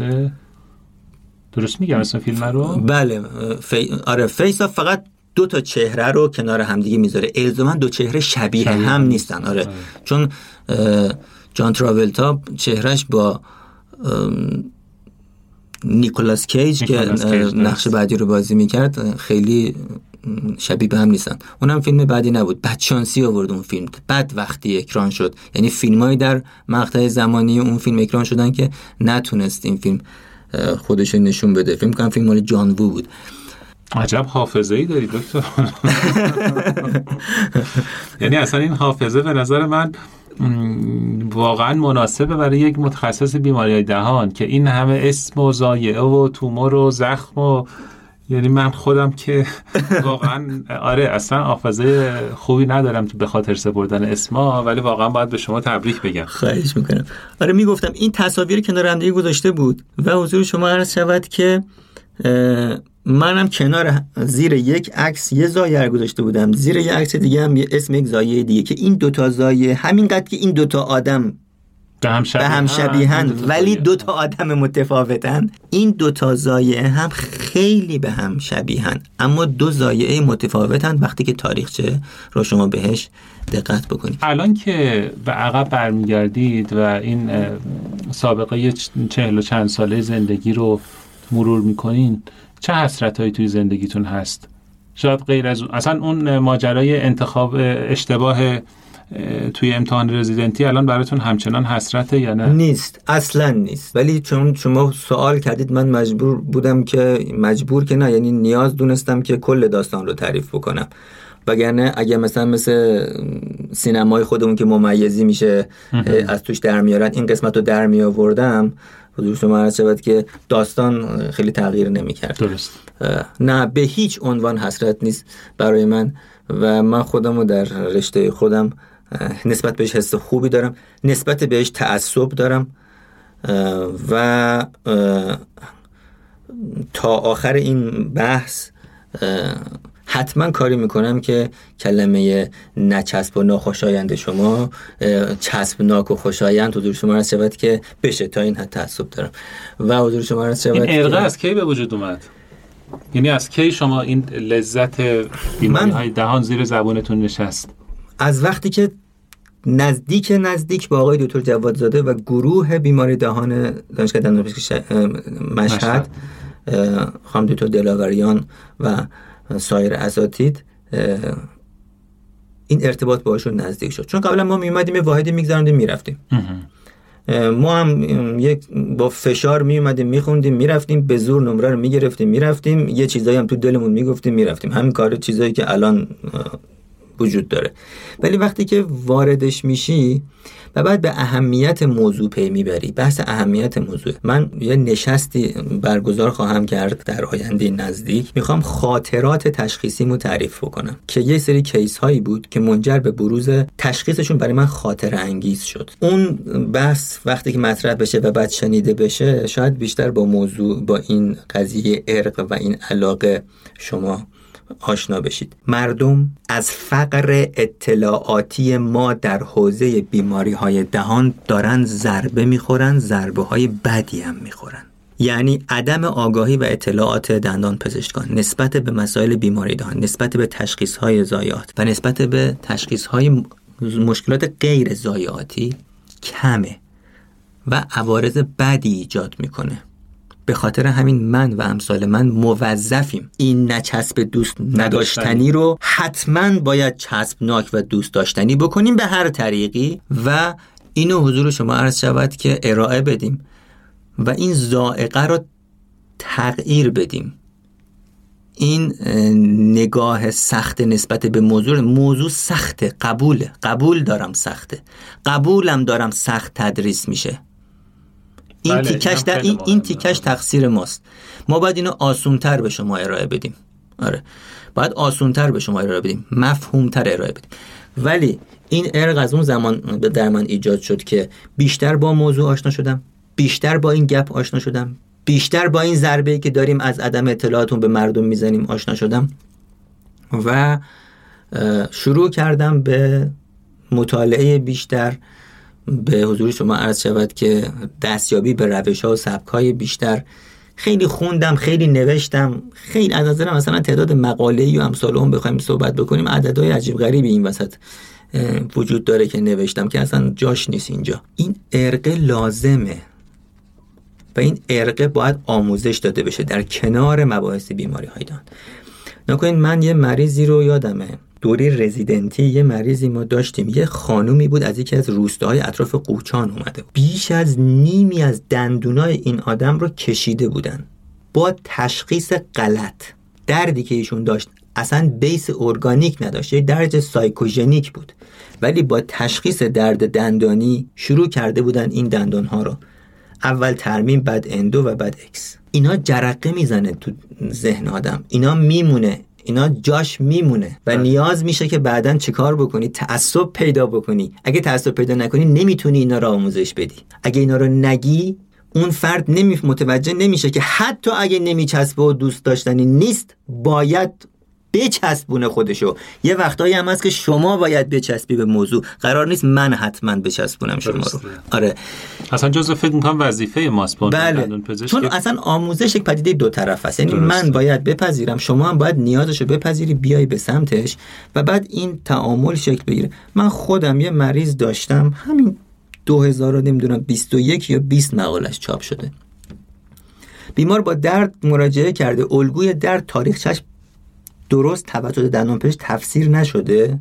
درست میگم اسم فیلم رو؟ بله آره، فیس آف فقط 2 تا چهره رو کنار هم دیگه میذاره، الزاما 2 چهره شبیه هم نیستن. آره چون جان تراولتا چهرهش با نیکولاس کیج که نقش بعدی رو بازی میکرد خیلی شبیه به هم نیستن. اونم فیلم بعدی نبود، بدشانسی آورد اون فیلم بعد وقتی اکران شد، یعنی فیلمایی در مقطع زمانی اون فیلم اکران شدن که نتونست این فیلم خودش نشون بده. فیلم کنم فیلم مال جان وو بود. عجب حافظه‌ای داری دکتر. یعنی اصلا این حافظه به نظر من واقعا مناسبه برای یک متخصص بیماری‌های دهان که این همه اسم و ضایعه و تومور و زخم و، یعنی من خودم که واقعا آره اصلا حافظه خوبی ندارم تو به خاطر سپردن اسما، ولی واقعا باید به شما تبریک بگم. خواهش میکنم. آره میگفتم این تصاویر کنار هم دیگه گذاشته بود و حضور شما عرض شود که منم کنار زیر یک عکس یه ضایعه گذاشته بودم، زیر یک عکس دیگه هم اسم یک ضایعه دیگه که این 2 تا ضایعه همینقدر که این 2 تا آدم به هم شبیهن ولی 2 تا آدم متفاوتن، این 2 تا ضایعه هم خیلی به هم شبیهن اما 2 ضایعه متفاوتن وقتی که تاریخچه رو شما بهش دقت بکنید. الان که به عقب برمیگردید و این سابقه 40 و چند ساله زندگی رو مرور میکنین، چه حسرتایی توی زندگیتون هست؟ شاید غیر از اصلا اون ماجرای انتخاب اشتباه توی امتحان رزیدنتی الان براتون همچنان حسرته یا نه؟ نیست، اصلا نیست. ولی چون شما سوال کردید من مجبور که نه، یعنی نیاز دونستم که کل داستان رو تعریف بکنم، وگرنه اگه مثل سینمای خودمون که ممیزی میشه از توش در میارن این قسمت رو در می آوردم، حضور شما عرض شود که داستان خیلی تغییر نمی‌کرد. درست. نه به هیچ عنوان حسرت نیست برای من و من خودم رو در رشته خودم نسبت بهش حس خوبی دارم، نسبت بهش تعصب دارم و تا آخر این بحث حتما کاری میکنم که کلمه نچسب و ناخوشایند شما چسبناک و خوشایند حضور شما را شود که بشه. تا این حد تعصب دارم و حضور شما را شود. این ارقه از کی به وجود اومد؟ یعنی از کی شما این لذت بیماری‌های دهان زیر زبونتون نشست؟ از وقتی که نزدیک با آقای دکتر جوادزاده و گروه بیماری دهان دانشگاه دندانپزشکی مشهد، خانم دکتر دلاوریان و سایر اساتید، این ارتباط باهاشون نزدیک شد. چون قبلا ما میومدیم یه واحدی میگذروندیم میرفتیم، ما هم با فشار میومدیم میخوندیم میرفتیم، به زور نمره رو میگرفتیم میرفتیم، یه چیزایی هم تو دلمون میگفتیم میرفتیم، همین کار چیزایی که الان وجود داره. ولی وقتی که واردش میشی و بعد به اهمیت موضوع پی میبری. بحث اهمیت موضوع، من یه نشستی برگزار خواهم کرد در آینده نزدیک، میخوام خاطرات تشخیصیمو تعریف بکنم که یه سری کیس هایی بود که منجر به بروز تشخیصشون برای من خاطره انگیز شد. اون بحث وقتی که مطرح بشه و بعد شنیده بشه شاید بیشتر با موضوع، با این قضیه ارق و این علاقه شما آشنا بشید. مردم از فقر اطلاعاتی ما در حوزه بیماری‌های دهان دارن ضربه میخورن، ضربه‌های بدی هم میخورن. یعنی عدم آگاهی و اطلاعات دندان پزشکان نسبت به مسائل بیماری دهان، نسبت به تشخیص‌های ضایعات و نسبت به تشخیص‌های مشکلات غیر ضایعاتی کمه و عوارض بدی ایجاد میکنه. به خاطر همین من و امثال من موظفیم این نچسب دوست نداشتنی رو حتما باید چسبناک و دوست داشتنی بکنیم به هر طریقی و اینو حضور شما عرض شود که ارائه بدیم و این ذائقه رو تغییر بدیم. این نگاه سخت نسبت به موضوع سخته، قبول دارم سخته، قبولم دارم سخت تدریس میشه. این تیکش این تیکش تقصیر ماست. ما باید اینو آسونتر به شما ارائه بدیم. آره، باید آسونتر به شما ارائه بدیم، مفهومتر ارائه بدیم. ولی این ارق از اون زمان در من ایجاد شد که بیشتر با موضوع آشنا شدم، بیشتر با این گپ آشنا شدم، بیشتر با این ضربه‌ای که داریم از عدم اطلاعاتون به مردم میزنیم آشنا شدم و شروع کردم به مطالعه بیشتر. به حضور شما عرض شود که دستیابی به روش‌ها و سبک‌های بیشتر. خیلی خوندم، خیلی نوشتم، خیلی از نظرم مثلا تعداد مقاله‌ای و امثال اون بخوایم صحبت بکنیم عددهای عجیب غریبی این وسط وجود داره که نوشتم که اصلا جاش نیست اینجا. این ارقه لازمه و این ارقه باید آموزش داده بشه در کنار مباحث بیماری‌های دهان. نکنید من یه مریضی رو یادمه، دوره رزیدنتی یه مریضی ما داشتیم، یه خانومی بود از یکی از روستاهای اطراف قوچان اومده بود. بیش از نیمی از دندونای این آدم رو کشیده بودن با تشخیص غلط. دردی که ایشون داشت اصلا بیس ارگانیک نداشت، یه درد سایکوژنیک بود، ولی با تشخیص درد دندانی شروع کرده بودن این دندانها رو. اول ترمیم، بعد اندو و بعد اکس. اینا جرقه میزنه تو ذهن آدم، اینا میمونه، اینا جاش میمونه و نیاز میشه که بعداً چیکار بکنی؟ تعصب پیدا بکنی. اگه تعصب پیدا نکنی نمیتونی اینا رو آموزش بدی. اگه اینا رو نگی اون فرد متوجه نمیشه که حتی اگه نمیچسبه و دوست داشتنی نیست باید بچسبونه خودشو. یه وقتایی هم هست که شما باید بچسبی به موضوع، قرار نیست من حتما بچسبونم شما رو. آره، اصلا جزء فکر می‌کنم وظیفه ماست. بله، چون اصلا آموزش یک پدیده دو طرف است. یعنی من باید بپذیرم، شما هم باید نیازشو بپذیری، بیای به سمتش و بعد این تعامل شکل بگیره. من خودم یه مریض داشتم، همین 2000 نمیدونم 21 یا 20 مقالش چاپ شده. بیمار با درد مراجعه کرده، الگوی درد تاریخچش درست توسط دندانپزشک تفسیر نشده.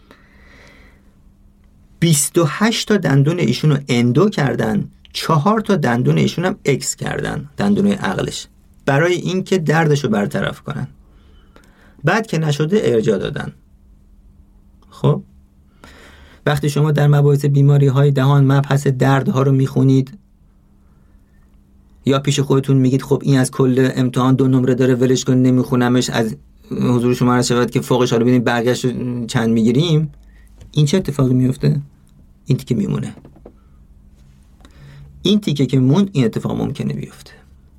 28 تا دندون ایشون رو اندو کردن، 4 تا دندون ایشون هم اکس کردن، دندونای عقلش، برای اینکه دردش رو برطرف کنن. بعد که نشده ارجاع دادن. خب وقتی شما در مباحث بیماری های دهان مبحث دردها رو میخونید یا پیش خودتون میگید خب این از کل امتحان 2 نمره داره ولش کن نمیخونمش، از حضور شما عرض شود که فوقش حالا ببینید برگشت چند میگیریم، این چه اتفاقی میفته؟ این تیکه میمونه. این تیکه که موند این اتفاق ممکنه بیفته.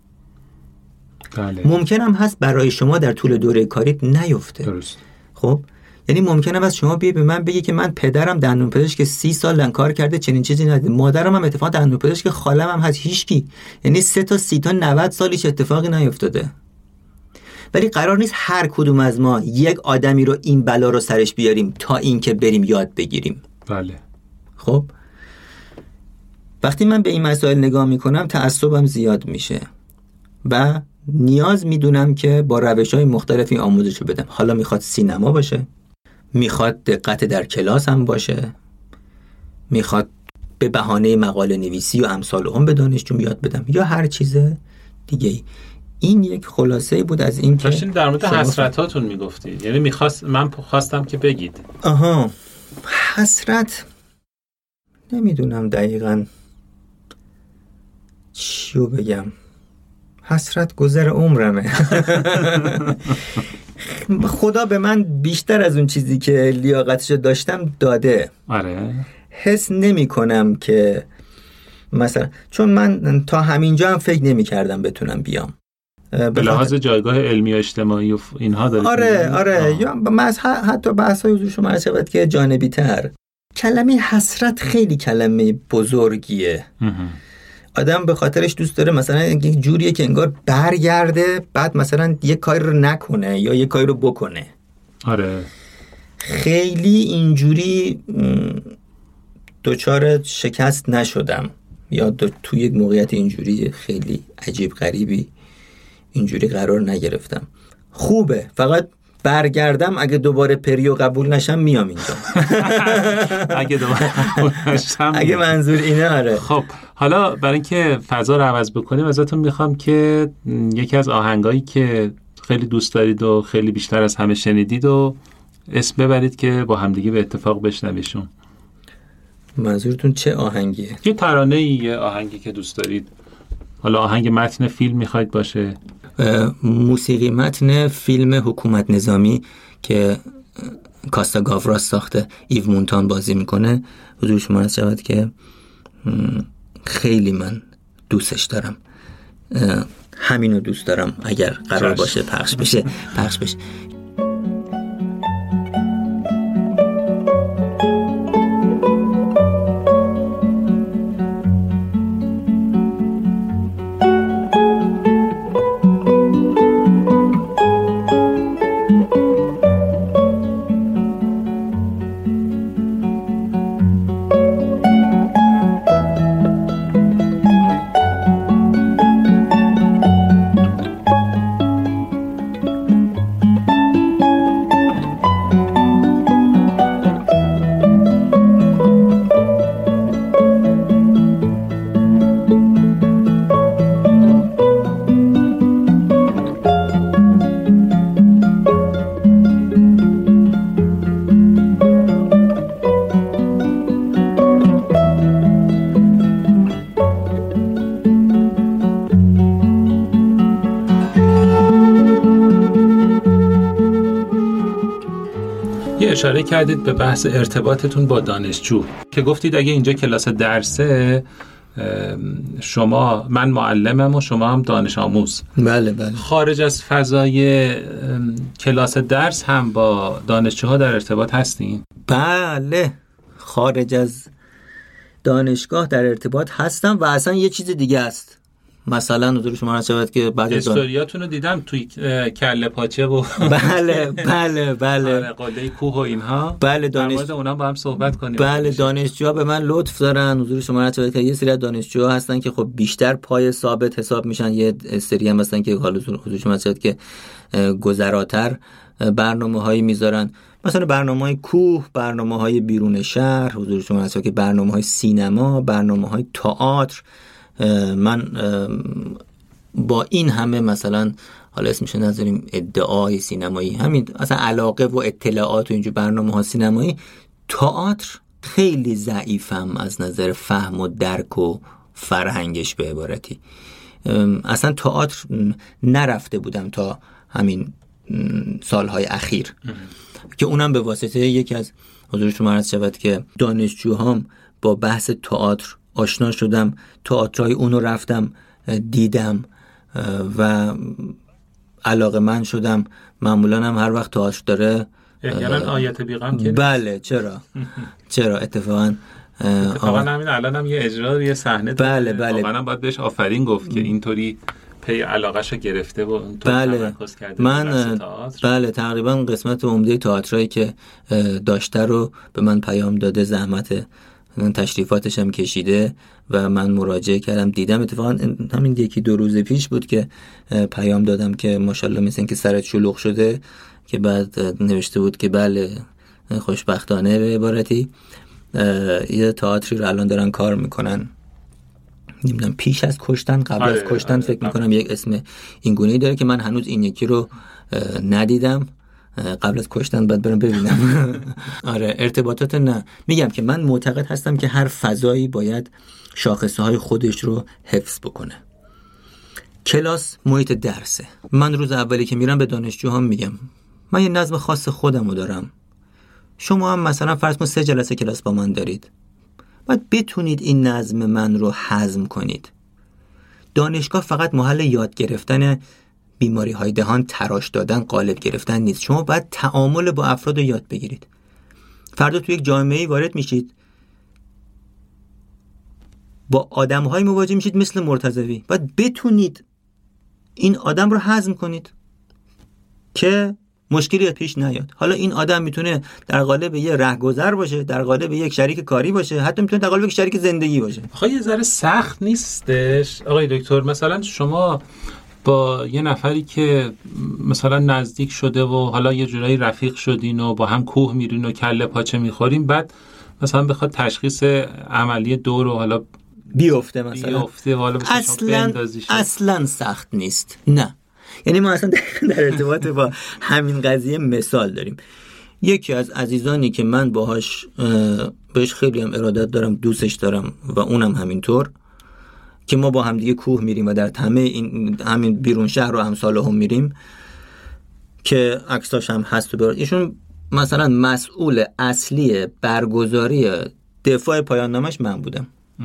بله. ممکن هم هست برای شما در طول دوره کاریت نیفته. درست. خب یعنی ممکنه از شما بیای به من بگی که من پدرم دندونپزشک 30 سال کار کرده چنین چیزی ندیده، مادرم هم اتفاقا دندونپزشک، خالم هم هست هیچکی، یعنی 3 تا 30 تا 90 سال هیچ اتفاقی نیفتاده. ولی قرار نیست هر کدوم از ما یک آدمی رو این بلا رو سرش بیاریم تا اینکه بریم یاد بگیریم. بله. خب وقتی من به این مسائل نگاه میکنم تعصبم زیاد میشه و نیاز میدونم که با روش‌های مختلفی آموزشو بدم. حالا میخواد سینما باشه، میخواد دقت در کلاس هم باشه، میخواد به بهانه مقاله نویسی و امثال اون به دانشجوم یاد بدم یا هر چیز دیگه. این یک خلاصه بود از این که داشتین در مورد حسرتاتون میگفتید. یعنی من خواستم که بگید. حسرت نمیدونم دقیقاً چیو بگم. حسرت گذر عمرمه. خدا به من بیشتر از اون چیزی که لیاقتشو داشتم داده. آره. حس نمی کنم که مثلا، چون من تا همینجا هم فکر نمی کردم بتونم بیام. به لحاظ جایگاه علمی و اجتماعی و اینها دارید؟ آره. یا حتی بحث‌های حضور شما شود که جانبی تر. کلمه حسرت خیلی کلمه بزرگیه. آدم به خاطرش دوست داره مثلا یک جوریه که انگار برگرده، بعد مثلا یک کاری رو نکنه یا یک کاری رو بکنه. آره. خیلی اینجوری دچار شکست نشدم یا توی یک موقعیت اینجوری خیلی عجیب غریبی اینجوری قرار نگرفتم. خوبه، فقط برگردم اگه دوباره پریو قبول نشم میام اینجا. اگه دوباره قبول نشم، اگه منظور اینه. آره. خب حالا برای اینکه فضا رو عوض بکنیم ازتون میخوام که یکی از آهنگایی که خیلی دوست دارید و خیلی بیشتر از همه شنیدید و اسم ببرید که با همدیگه به اتفاق بشنویشون. منظورتون چه آهنگیه؟ یه ترانه‌ای، یه آهنگی که دوست دارید. حالا آهنگ متن فیلم میخواید باشه؟ موسیقی متن فیلم حکومت نظامی که کاستا گاوراس ساخته، ایو مونتان بازی میکنه، حضور شما هست شود که خیلی من دوستش دارم. همینو دوست دارم اگر قرار باشه پخش بشه. اشاره کردید به بحث ارتباطتون با دانشجو که گفتید اگه اینجا کلاس درسه، شما، من معلمم و شما هم دانش آموز. بله. خارج از فضای کلاس درس هم با دانشجوها در ارتباط هستین؟ بله، خارج از دانشگاه در ارتباط هستم و اصلا یه چیز دیگه است. مثلا حضور شما هست شود که بعد استوریاتون رو دیدم توی کله پاچه و بله قله کوه و اینها. بله، در مورد اونها با هم صحبت کنیم. بله، دانشجوها به من لطف دارن. حضور شما هست شود که یه سری از دانشجوها هستن که خب بیشتر پای ثابت حساب میشن، یه سری هم هستن که حضور شما هست شود که گذراتر برنامه‌هایی میذارن، مثلا برنامه‌های کوه، برنامه‌های بیرون شهر، حضور شما هست که برنامه‌های سینما، برنامه‌های تئاتر. من با این همه مثلا حالا اسمش نذاریم ادعای سینمایی، همین اصلا علاقه و اطلاعات و اینجور برنامه‌ها سینمایی، تئاتر خیلی ضعیفم از نظر فهم و درک و فرهنگش. به عبارتی اصلا تئاتر نرفته بودم تا همین سالهای اخیر که اونم به واسطه یکی از حضور شما عرض شود که دانشجوهام با بحث تئاتر آشنا شدم، تئاترای اونو رفتم دیدم و علاقه‌مند شدم. معمولا هم هر وقت تئاتر داره احیانا آیت بیغم که بله چرا اتفاقا همین الان هم یه اجرا یه صحنه بله واقعا باید بهش آفرین گفت که اینطوری پی علاقه‌شو گرفته و اونطوری تمرکز کرده. من تقریبا قسمت عمده تئاترایی که داشته رو به من پیام داده، زحمت من تشریفاتش هم کشیده و من مراجعه کردم دیدم. اتفاقا همین 1-2 روز پیش بود که پیام دادم که ماشاءالله مثل که سرت شلوغ شده، که بعد نوشته بود که بله خوشبختانه به عبارتی یه تئاتری رو الان دارن کار میکنن، نمیدونم پیش از کشتن قبل از کشتن فکر میکنم یک اسم اینگونه‌ای داره که من هنوز این یکی رو ندیدم قبل از کشتن باید برم ببینم. آره ارتباطات نه، میگم که من معتقد هستم که هر فضایی باید شاخصه های خودش رو حفظ بکنه. کلاس محیط درسه. من روز اولی که میرم به دانشجوهام میگم من یه نظم خاص خودمو دارم، شما هم مثلا فرض کن 3 جلسه کلاس با من دارید، باید بتونید این نظم من رو هضم کنید. دانشگاه فقط محل یاد گرفتن بیماری های دهان، تراش دادن، قالب گرفتن نیست. شما باید تعامل با افراد رو یاد بگیرید. فردا تو یک جامعه‌ای وارد میشید، با آدم‌های مواجه میشید مثل مرتضوی، باید بتونید این آدم رو هضم کنید که مشکلی پیش نیاد. حالا این آدم میتونه در قالب یه رهگذر باشه، در قالب یک شریک کاری باشه، حتی میتونه در قالب یک شریک زندگی باشه. آخه یه ذره سخت نیستش آقای دکتر؟ مثلا شما با یه نفری که مثلا نزدیک شده و حالا یه جورایی رفیق شدین و با هم کوه میرین و کله پاچه میخورین، بعد مثلا بخواد تشخیص عملی دور و حالا بیفته مثلا اصلا سخت نیست. نه، یعنی ما اصلا در ارتباط با همین قضیه مثال داریم. یکی از عزیزانی که من بهش خیلی هم ارادت دارم، دوستش دارم و اونم همینطور، که ما با هم دیگه کوه میریم و در همین بیرون شهر و امثال هم میریم که عکساش هم هست و برد. ایشون مثلا مسئول اصلی برگزاری دفاع پایان نامش من بودم.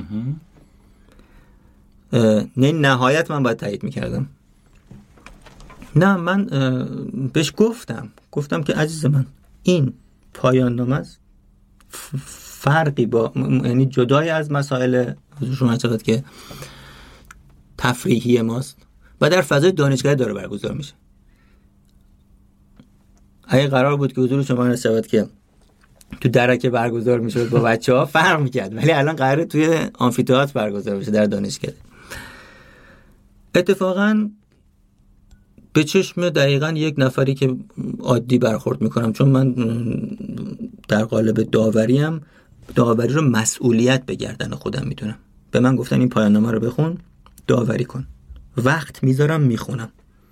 نه نهایت من باید تایید میکردم. نه، من بهش گفتم که عزیز من این پایان نامه است، فرقی با یعنی جدای از مسائل شما چقدر که تفریحی ماست و در فضای دانشگاهی داره برگزار میشه. اگه قرار بود که حضور شما نشود که تو درکه برگزار میشد با بچه‌ها فرق میکرد، ولی الان قراره توی آمفی‌تئاتر برگزار بشه در دانشگاه. اتفاقاً به چشم دقیقاً یک نفری که عادی برخورد میکنم، چون من در قالب داوری رو مسئولیت به گردن خودم میدونم. به من گفتن این پایان نامه رو بخون، داوری کن. وقت میذارم میخونم،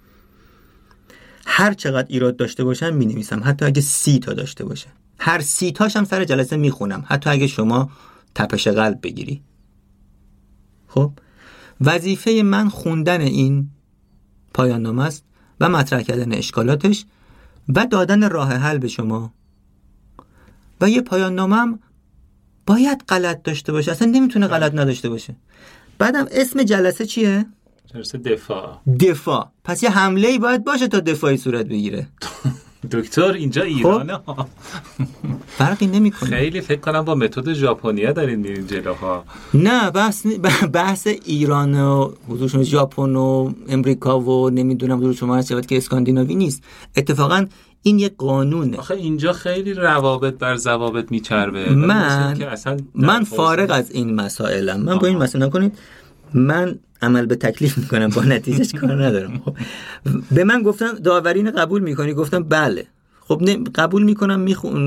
هر چقدر ایراد داشته باشم مینویسم، حتی اگه 30 تا داشته باشه، هر 30 تاش هم سر جلسه میخونم، حتی اگه شما تپش قلب بگیری. خب وظیفه من خوندن این پایان نامه است و مطرح کردن اشکالاتش و دادن راه حل به شما. و یه پایان نامه هم باید غلط داشته باشه، اصلا نمیتونه غلط نداشته باشه. بعدم اسم جلسه چیه؟ جلسه دفاع. پس یه حمله‌ای باید باشه تا دفاعی صورت بگیره. دکتر اینجا ایرانه ها. فرقی نمیکنه. خیلی فکر کنم با متد ژاپنیا دارین میرین جلوها. نه، بحث ایران و حضور ژاپن و امریکا و نمیدونم حضور شما هست که اسکاندیناوی نیست. اتفاقا این یک قانونه. آخه اینجا خیلی روابط بر ضوابط میچربه. من فارغ از این مسائلم. من با این مسئله نکنید. من عمل به تکلیف میکنم، با نتیجهش کار ندارم. خب به من گفتن داورین قبول میکنی؟ گفتم بله. خب قبول میکنم،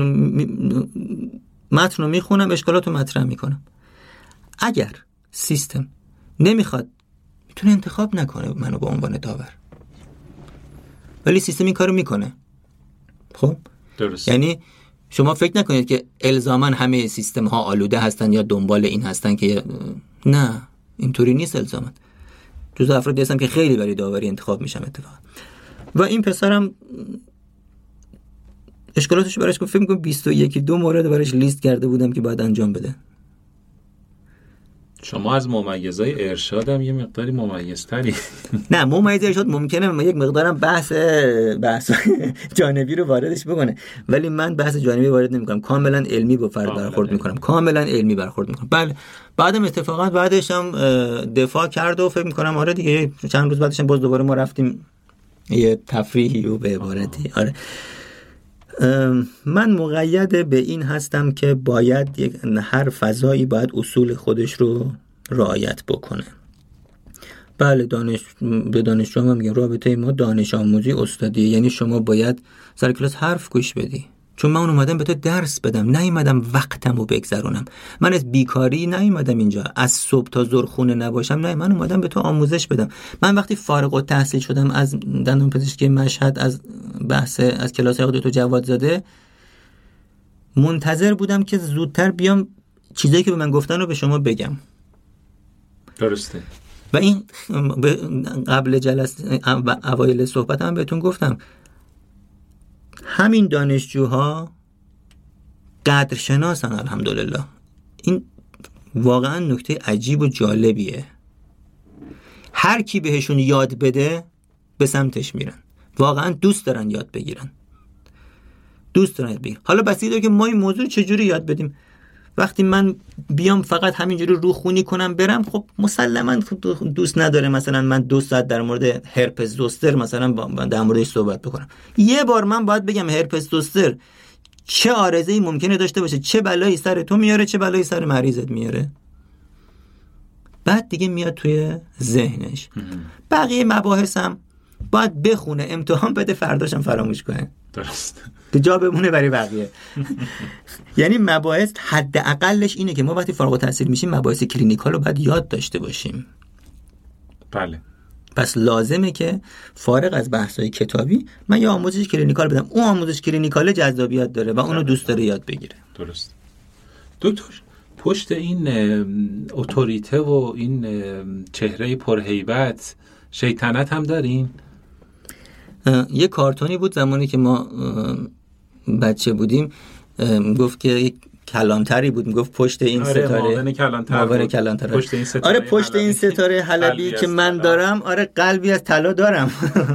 متن رو میخونم، اشکالات رو مطرح میکنم. اگر سیستم نمیخواد میتونه انتخاب نکنه منو به عنوان داور، ولی سیستم این کارو میکنه. خب درست. یعنی شما فکر نکنید که الزاما همه سیستم ها آلوده هستن یا دنبال این هستن که نه، اینطوری نیست. الزاما جزو افرادی هستم که خیلی برای داوری انتخاب میشم اتفاقا. و این پسرم اشکالاتش براش گفت، فکر می‌کنم 21 مورد براش لیست کرده بودم که باید انجام بده. شما از ممیزهای ارشاد هم یه مقداری ممیزتری. نه، ممیز ارشاد ممکنه یک مقدارم بحث جانبی رو واردش بکنه، ولی من بحث جانبی وارد نمی‌کنم. کاملا علمی با فرد برخورد می‌کنم. کاملا علمی برخورد می‌کنم. بله. بعدم اتفاقا بعدش هم دفاع کرد و فکر می‌کنم آره دیگه چند روز بعدش هم باز دوباره ما رفتیم یه تفریحی و به عبارتی. آره. من مقید به این هستم که باید هر فضایی باید اصول خودش رو رعایت بکنه. بله، به دانشجو هم میگم رابطه ما دانش آموزی استادیه، یعنی شما باید سر کلاس حرف گوش بدی، چون من اومدم به تو درس بدم، نیومدم وقتمو بگذرونم. من از بیکاری نیومدم اینجا، از صبح تا ظهر خونه نباشم، نه، من اومدم به تو آموزش بدم. من وقتی فارغ التحصیل شدم از دندانپزشکی مشهد، از بحث از کلاس آقای دکتر جوادزاده، منتظر بودم که زودتر بیام چیزایی که به من گفتن رو به شما بگم. درسته. و این قبل جلسه اوایل صحبتم بهتون گفتم، همین دانشجوها قدرشناسن الحمدلله. این واقعا نکته عجیب و جالبیه. هر کی بهشون یاد بده به سمتش میرن، واقعا دوست دارن یاد بگیرن، دوست دارن یاد بگیرن. حالا بسیاری داره که ما این موضوع چجوری یاد بدیم. وقتی من بیام فقط همینجوری روخونی کنم برم، خب مسلماً دوست نداره مثلا من 2 ساعت در مورد هرپس زوستر مثلا در موردش صحبت بکنم. یه بار من باید بگم هرپس زوستر چه عارضه‌ای ممکنه داشته باشه، چه بلایی سر تو میاره، چه بلایی سر مریضت میاره، بعد دیگه میاد توی ذهنش. بقیه مباحثم باید بخونه، امتحان بده، فرداشم فراموش کنه. درست. که جا بمونه برای بقیه. یعنی مباحث حداقلش اینه که ما وقتی فارغ التحصیل میشیم مباحث کلینیکال رو باید یاد داشته باشیم. بله. پس لازمه که فارغ از بحث‌های کتابی من یه آموزش کلینیکال بدم. اون آموزش کلینیکال جذابیت داره و اونو دوست داره یاد بگیره. درست. دکتر، پشت این اتوریته و این چهره پرهیبت شیطنت هم دارین؟ یه کارتونی بود زمانی که ما بچه بودیم، گفت که یک کلانتری بود، میگفت پشت این ستاره معاون کلانتر، پشت این ستاره، آره پشت این ستاره حلبی که من دارم، آره قلبی از طلا دارم.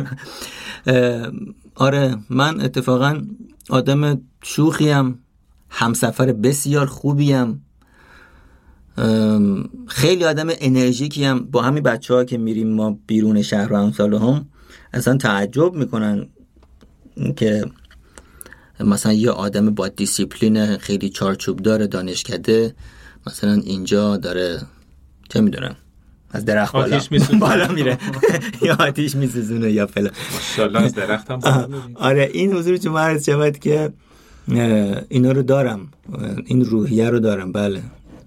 آره من اتفاقا آدم شوخیم، همسفر بسیار خوبیم، خیلی آدم انرژیکیم. با همین بچه‌ها که میریم ما بیرون شهر و امثال هم اصلا تعجب میکنن که مثلا یه آدم با دیسیپلین خیلی چارچوب داره، دانشکده، مثلا اینجا داره چه میدونم از درخت بالا میره یا آتیش میسوزونه یا فلان. ماشاءالله از درخت هم بالا میره. آره این حضور چون عرض شود که اینا رو دارم، این روحیه رو دارم. بله.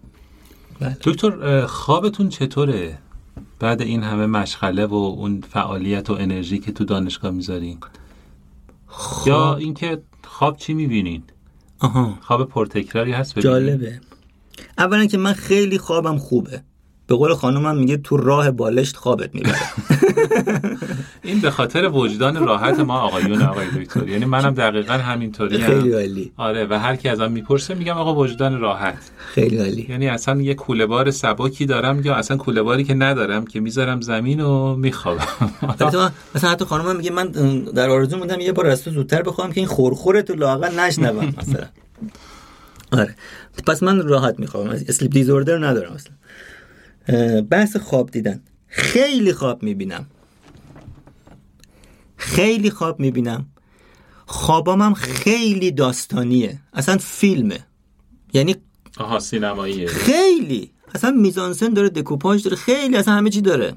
دکتر خوابتون چطوره بعد این همه مشغله و اون فعالیت و انرژی که تو دانشگاه میذارین؟ یا اینکه خواب چی میبینین؟ خواب پرتکراری هست ببینین؟ جالبه. اولا که من خیلی خوابم خوبه، به قول خانومم میگه تو راه بالشت خوابت میبره. این به خاطر وجدان راحت ما آقای دکتر، یعنی منم دقیقاً همینطوری. خیلی عالی. آره و هر کی ازم میپرسه میگم آقا وجدان راحت. خیلی عالی. یعنی اصلا یه کوله بار سبکی دارم یا اصلا کوله باری که ندارم که میذارم زمین و میخوابم. مثلا حتی خانومم میگه من در آرزو موندم یه بار از تو زودتر بخوام که این خورخوره تو لااقل نشنوم مثلا. آره پس من راحت میخوابم، اسلیپ دیزوردر ندارم اصلا. بحث خواب دیدن، خیلی خواب میبینم، خوابام هم خیلی داستانیه، اصلا فیلمه، یعنی سینماییه، خیلی اصلا میزانسن داره، دکوپاژ داره، خیلی اصلا همه چی داره.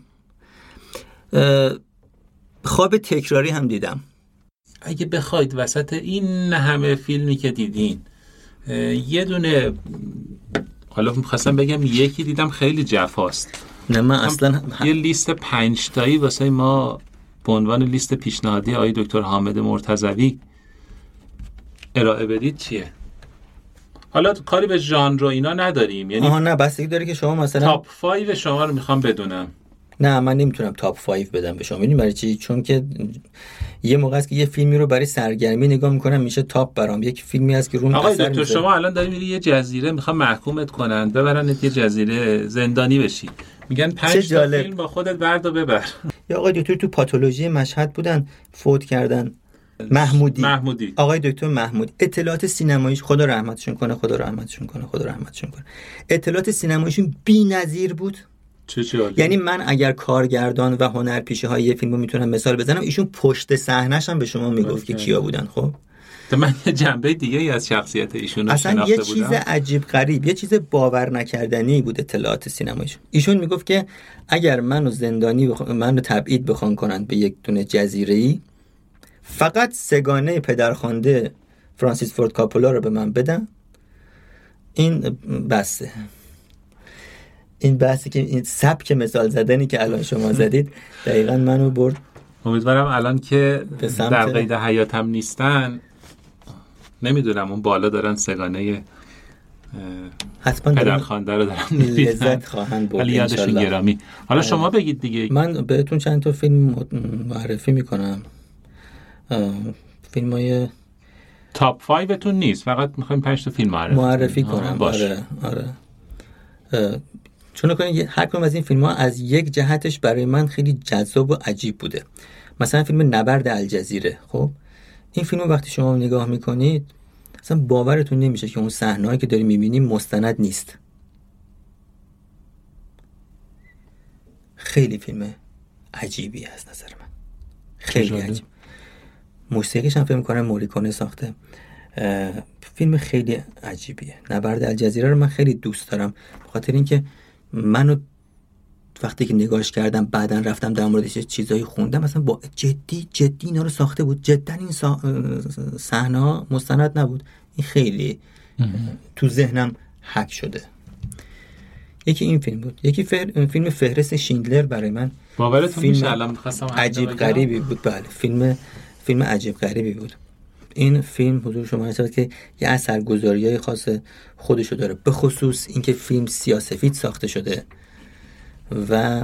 خواب تکراری هم دیدم. اگه بخواید وسط این همه فیلمی که دیدین یه دونه، حالا می‌خواستم بگم یکی دیدم خیلی جفاست، نه من اصلا یه لیست 5 تایی واسه ما به عنوان لیست پیشنهادی آقای دکتر حامد مرتضوی ارائه بدید چیه؟ حالا کاری به ژانر و اینا نداریم، یعنی نه بستگی داره که شما مثلا تاپ 5 شما رو میخوام بدونم. نه من نمیتونم تاپ 5 بدم به شما. میدونی برای چی؟ چون که یه موقع است که یه فیلمی رو برای سرگرمی نگاه میکنم میشه تاپ برام. یک فیلمی است که روم آقای دکتر شما الان داری میری یه جزیره میخوام محکومت کنن ببرنت یه جزیره زندانی بشی، میگن 5 تا فیلم با خودت برد و ببر. یا آقای دکتر تو پاتولوژی مشهد بودن، فوت کردن، محمودی. آقای دکتر محمودی اطلاعات سینماییش خدا رحمتشون کنه. اطلاعات سینماییشون بی‌نظیر بود. یعنی من اگر کارگردان و هنرپیشه های یه فیلمو میتونم مثال بزنم، ایشون پشت صحنه‌ش هم به شما میگفت که کیا بودن. خب من یه جنبه دیگه ای از شخصیت ایشون رو اصلا یه چیز عجیب غریب، یه چیز باور نکردنی بود اطلاعات سینماییشون. ایشون میگفت که اگر منو زندانی منو تبعید بخوان کنن به یک دونه جزیره‌ای، فقط سگانه پدرخوانده فرانسیس فورد کاپولا رو به من بدن. این بسته. این بحثی که این سبک مثال زدنی که الان شما زدید دقیقاً منو برد. امیدوارم الان که در قید حیاتم نیستن، نمیدونم اون بالا دارن سگانه حتما پدرخوانده رو دارن لذت خواهند برد ولی یادشون گرامی. حالا شما بگید دیگه. من بهتون چند تا فیلم معرفی میکنم. فیلمای تاپ 5 تون نیست، فقط میخوایم 5 تا فیلم معرفی کنم. آره. چون هر کدوم از این فیلم‌ها از یک جهتش برای من خیلی جذاب و عجیب بوده. مثلا فیلم نبرد الجزیره. خب این فیلمو وقتی شما نگاه میکنید اصلا باورتون نمیشه که اون صحنه‌ای که داری میبینی مستند نیست. خیلی فیلم عجیبی از نظر من، خیلی عجیب. موسیقیش هم فکر می‌کنم موریکونه ساخته. فیلم خیلی عجیبیه. نبرد الجزیره رو من خیلی دوست دارم به خاطر اینکه منو وقتی که نگاهش کردم بعدن رفتم در موردش چیزایی خوندم، مثلا با جدی اینا رو ساخته بود. جدا این صحنه‌ها مستند نبود. این خیلی تو ذهنم حک شده. یکی این فیلم بود. یکی فیلم فهرست شیندلر برای من باورتون میشه الان می‌خواستم عجیب غریبی بود. بله فیلم عجیب غریبی بود. این فیلم حضور شما هست که یه اثرگذاری‌های خاص خودشو داره، به خصوص اینکه فیلم سیاه‌سفید ساخته شده و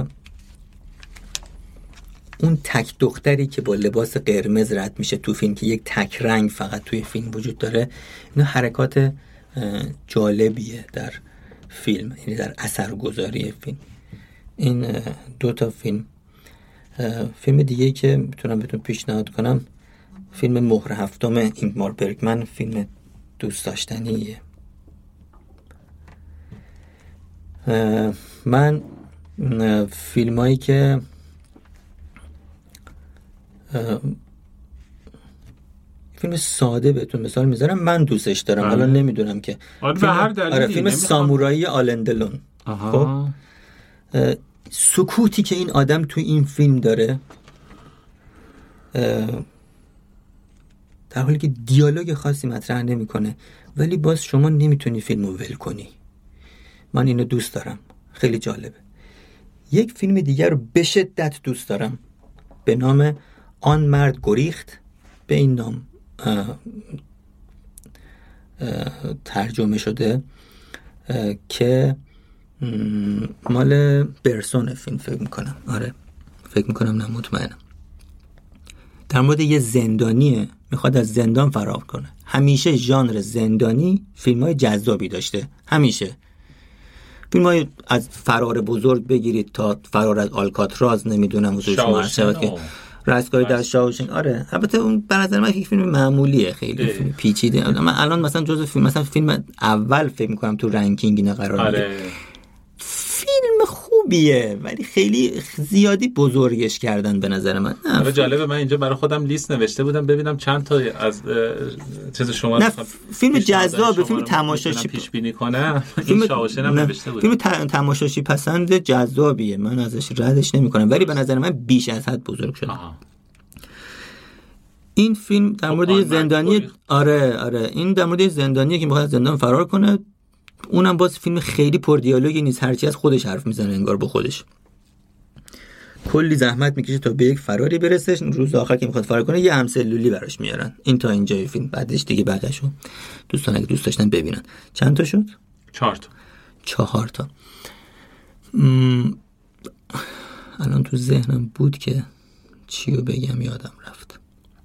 اون تک دختری که با لباس قرمز رد میشه تو فیلم که یک تک رنگ فقط توی فیلم وجود داره، اینا حرکات جالبیه در فیلم، یعنی در اثرگذاری فیلم. این 2 تا فیلم دیگه که میتونم بهتون پیشنهاد کنم، فیلم مهر هفتم اینگمار برگمن، فیلم دوست داشتنیه. من فیلمایی که فیلم ساده بهتون مثال میذارم، من دوستش دارم. حالا نمیدونم که فیلم سامورایی آلن دلون. خب سکوتی که این آدم تو این فیلم داره، در حالی که دیالوگ خاصی مطرح نمیکنه ولی باز شما نمیتونی فیلمو ول کنی. من اینو دوست دارم، خیلی جالبه. یک فیلم دیگر رو به شدت دوست دارم به نام آن مرد گریخت، به این نام ترجمه شده که مال برسون فیلم فکر میکنم. آره فکر میکنم، نه مطمئنم. در مورد یه زندانیه میخواد از زندان فرار کنه. همیشه ژانر زندانی فیلم‌های جذابی داشته، همیشه فیلم‌های از فرار بزرگ بگیرید تا فرار از آلکاتراز، نمیدونم حضور شما که رستگاری در شاوشنگ. آره البته اون به نظر من یک فیلم معمولیه، خیلی فیلم پیچیده. من الان مثلا جزو فیلم، مثلا فیلم اول فکر می‌کنم تو رنکینگ اینا قرار میگیره. فیلم خوبیه ولی خیلی زیادی بزرگش کردن به نظر من. آره جالبه، من اینجا برای خودم لیست نوشته بودم ببینم چند تا از چیز شما فیلم جذاب، فیلم تماشاشی پیش بینی کنم. این شاوشن هم نوشته بودم. فیلم تماشاشی پسند جذابیه، من ازش ردش نمی‌کنم ولی به نظر من بیش از حد بزرگ شده. این فیلم در مورد زندانی، آره این در مورد زندانیه که می‌خواد از زندان فرار کنه. اونم باز فیلم خیلی پر دیالوگی نیست، هرچی از خودش حرف میزنه انگار با خودش. کلی زحمت میکشه تا به یک فراری برسه. روز آخر که میخواد فرار کنه یه همسلولی براش میارن. این تا اینجای فیلم، بعدش دیگه بقیه‌شو دوستان اگه دوست داشتن ببینن. چند تا شد؟ 4 تا. الان تو ذهنم بود که چیو بگم یادم رفت.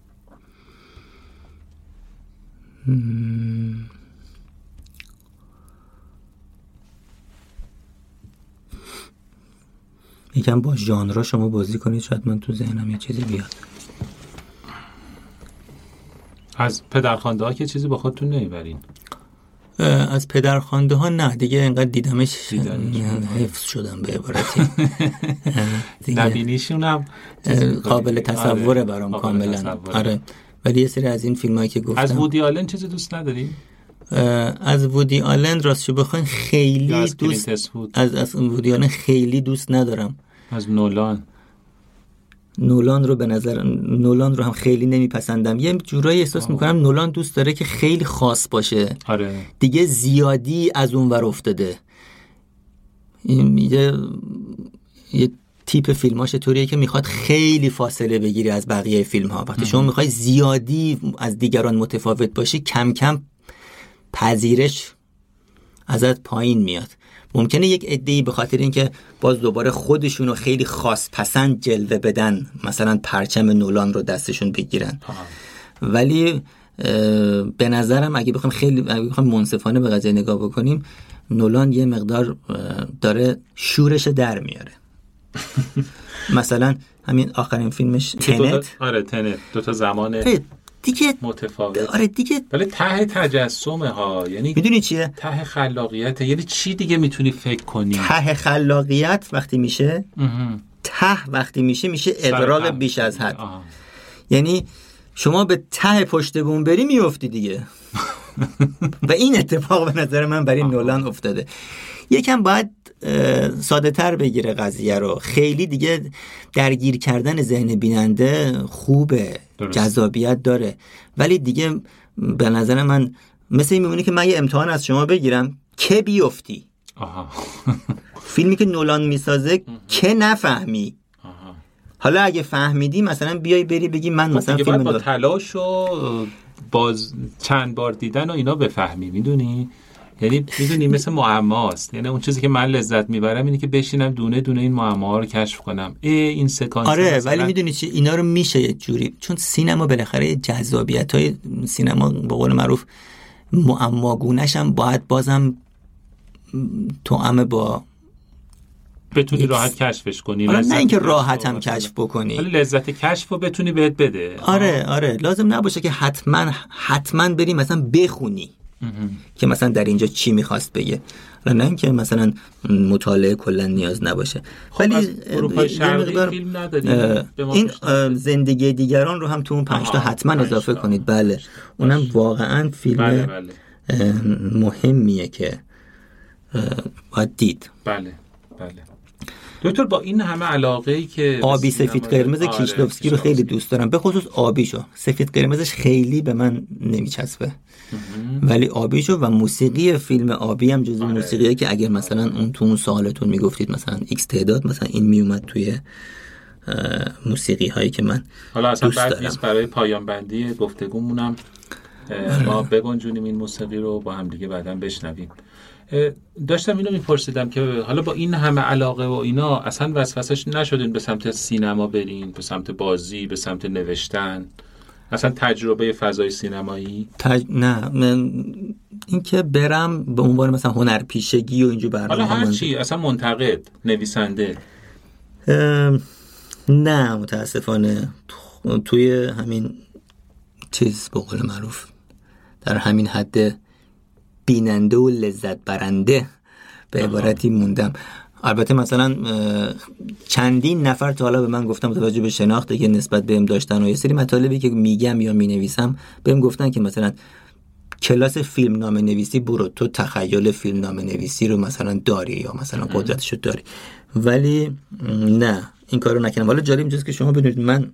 یکم با ژانرها شما بازی کنید، شاید من تو ذهنم یه چیزی بیاد. از پدرخوانده ها که چیزی با خودتون نمیبرین؟ از پدرخوانده ها نه دیگه، انقدر دیدمش حفظ شدم به عبارتی. نبینیشون هم قابل تصوره برام کاملا. آره ولی یه سری از این فیلمایی که گفتم. از وودی آلن چیزی دوست نداری؟ از وودی آلن راستش بخواین خیلی دوست از وودی آلن خیلی دوست ندارم. از نولان نولان رو به نظر نولان رو هم خیلی نمیپسندم. یه جورایی احساس میکنم نولان دوست داره که خیلی خاص باشه. آره. دیگه زیادی از اون ور افتاده. یه تیپ فیلماش طوریه که میخواد خیلی فاصله بگیری از بقیه فیلم ها. وقتی شما میخوای زیادی از دیگران متفاوت باشی، کم کم پذیرش ازت پایین میاد. ممکنه یک عده‌ای به خاطر اینکه باز دوباره خودشونو خیلی خاص پسند جلوه بدن، مثلا پرچم نولان رو دستشون بگیرن. ولی به نظرم اگه بخوام منصفانه به قضیه نگاه بکنیم، نولان یه مقدار داره شورش در میاره. مثلا همین آخرین فیلمش تنت. آره تنت، دوتا زمان دیگه متفاوت. آره دیگه، ولی ته تجسمه ها، یعنی میدونی چیه؟ ته خلاقیت. یعنی چی دیگه میتونی فکر کنی؟ ته خلاقیت وقتی میشه، وقتی میشه اغراق بیش از حد. یعنی شما به ته پشت بوم بری میافتی دیگه. و این اتفاق به نظر من برای نولان افتاده. یکم باید ساده تر بگیره قضیه رو. خیلی دیگه درگیر کردن ذهن بیننده خوبه، جذابیت داره، ولی دیگه به نظر من مثل این میمونه که من یه امتحان از شما بگیرم که بیفتی. فیلمی که نولان میسازه که نفهمی. حالا اگه فهمیدی مثلا بیای بری بگی من مثلا فیلم با تلاش و باز چند بار دیدن و اینا بفهمی. میدونی میدونی مثل معماست. یعنی اون چیزی که من لذت میبرم اینه که بشینم دونه دونه این معما رو کشف کنم. این سکانس. آره مثلا... ولی میدونی چی، اینا رو میشه یه جوری، چون سینما بالاخره جذابیت‌های سینما به قول معروف معماگونه‌ش هم باید بازم توأم با بتونی راحت کشفش کنی. نه اینکه راحت هم کشف بکنی، ولی لذت کشف رو بتونی بهت بده. آره لازم نباشه که حتما بری مثلا بخونی که مثلا در اینجا چی میخواست بگه. نه اینکه مثلا مطالعه کلا نیاز نباشه. ولی اروپای شرقی فیلم نداریم. این زندگی دیگران رو هم تو اون 5 تا حتما اضافه کنید. بله اونم واقعا فیلم مهمیه که باید دید. بله دکتر، با این همه علاقه‌ای که آبی سفید قرمز کیشلوفسکی رو خیلی دوست دارم، به خصوص آبیشو. سفید قرمزش خیلی به من نمیچسبه، ولی آبیشو و موسیقی فیلم آبی هم جزو موسیقیه که اگر مثلا اون تو اون سوالتون میگفتید مثلا ایکس تعداد، مثلا این میومد توی موسیقی هایی که من حالا اصلا بعد نیست برای پایان بندی گفتگومونم ما بگنجونیم این موسیقی رو با هم دیگه بعداً بشنویم. داشتم اینو میپرسیدم که حالا با این همه علاقه و اینا اصلا وسوسه‌اش نشدین به سمت سینما برین، به سمت بازی، به سمت نوشتن، اصلا تجربه فضای سینمایی؟ نه من این که برم به عنوان مثلا هنرپیشگی و اینجور برنامه حالا هر چی، اصلا منتقد، نویسنده؟ نه متاسفانه توی همین چیز به قول معروف در همین حد بیننده و لذت برنده به عبارتی موندم. البته مثلا چندین نفر تا حالا به من گفتم متوجه به شناختی که نسبت بهم داشتن و یه سری مطالبی که میگم یا مینویسم بهم گفتن که مثلا کلاس فیلم نامه نویسی برو، تو تخیل فیلم نامه نویسی رو مثلا داری یا مثلا قدرتشو داری. ولی نه این کارو نکنم. حالا جالب اینجاست که شما بدونید من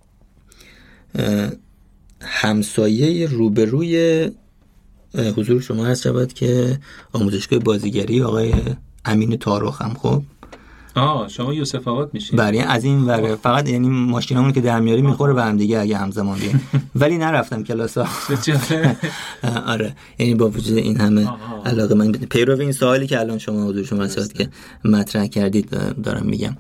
همسایه روبروی حضور شما هست شود که آموزشگاه بازیگری آقای امین تارخم. خب شما یوسف آباد میشین؟ بله از این وره فقط یعنی ماشینامون که در میاری میخوره به هم دیگه اگه همزمان بیان. ولی نرفتم کلاسا. آره یعنی با وجود این همه علاقه من پیرو این سوالی که الان شما حضور شما هست که مطرح کردید دارم میگم.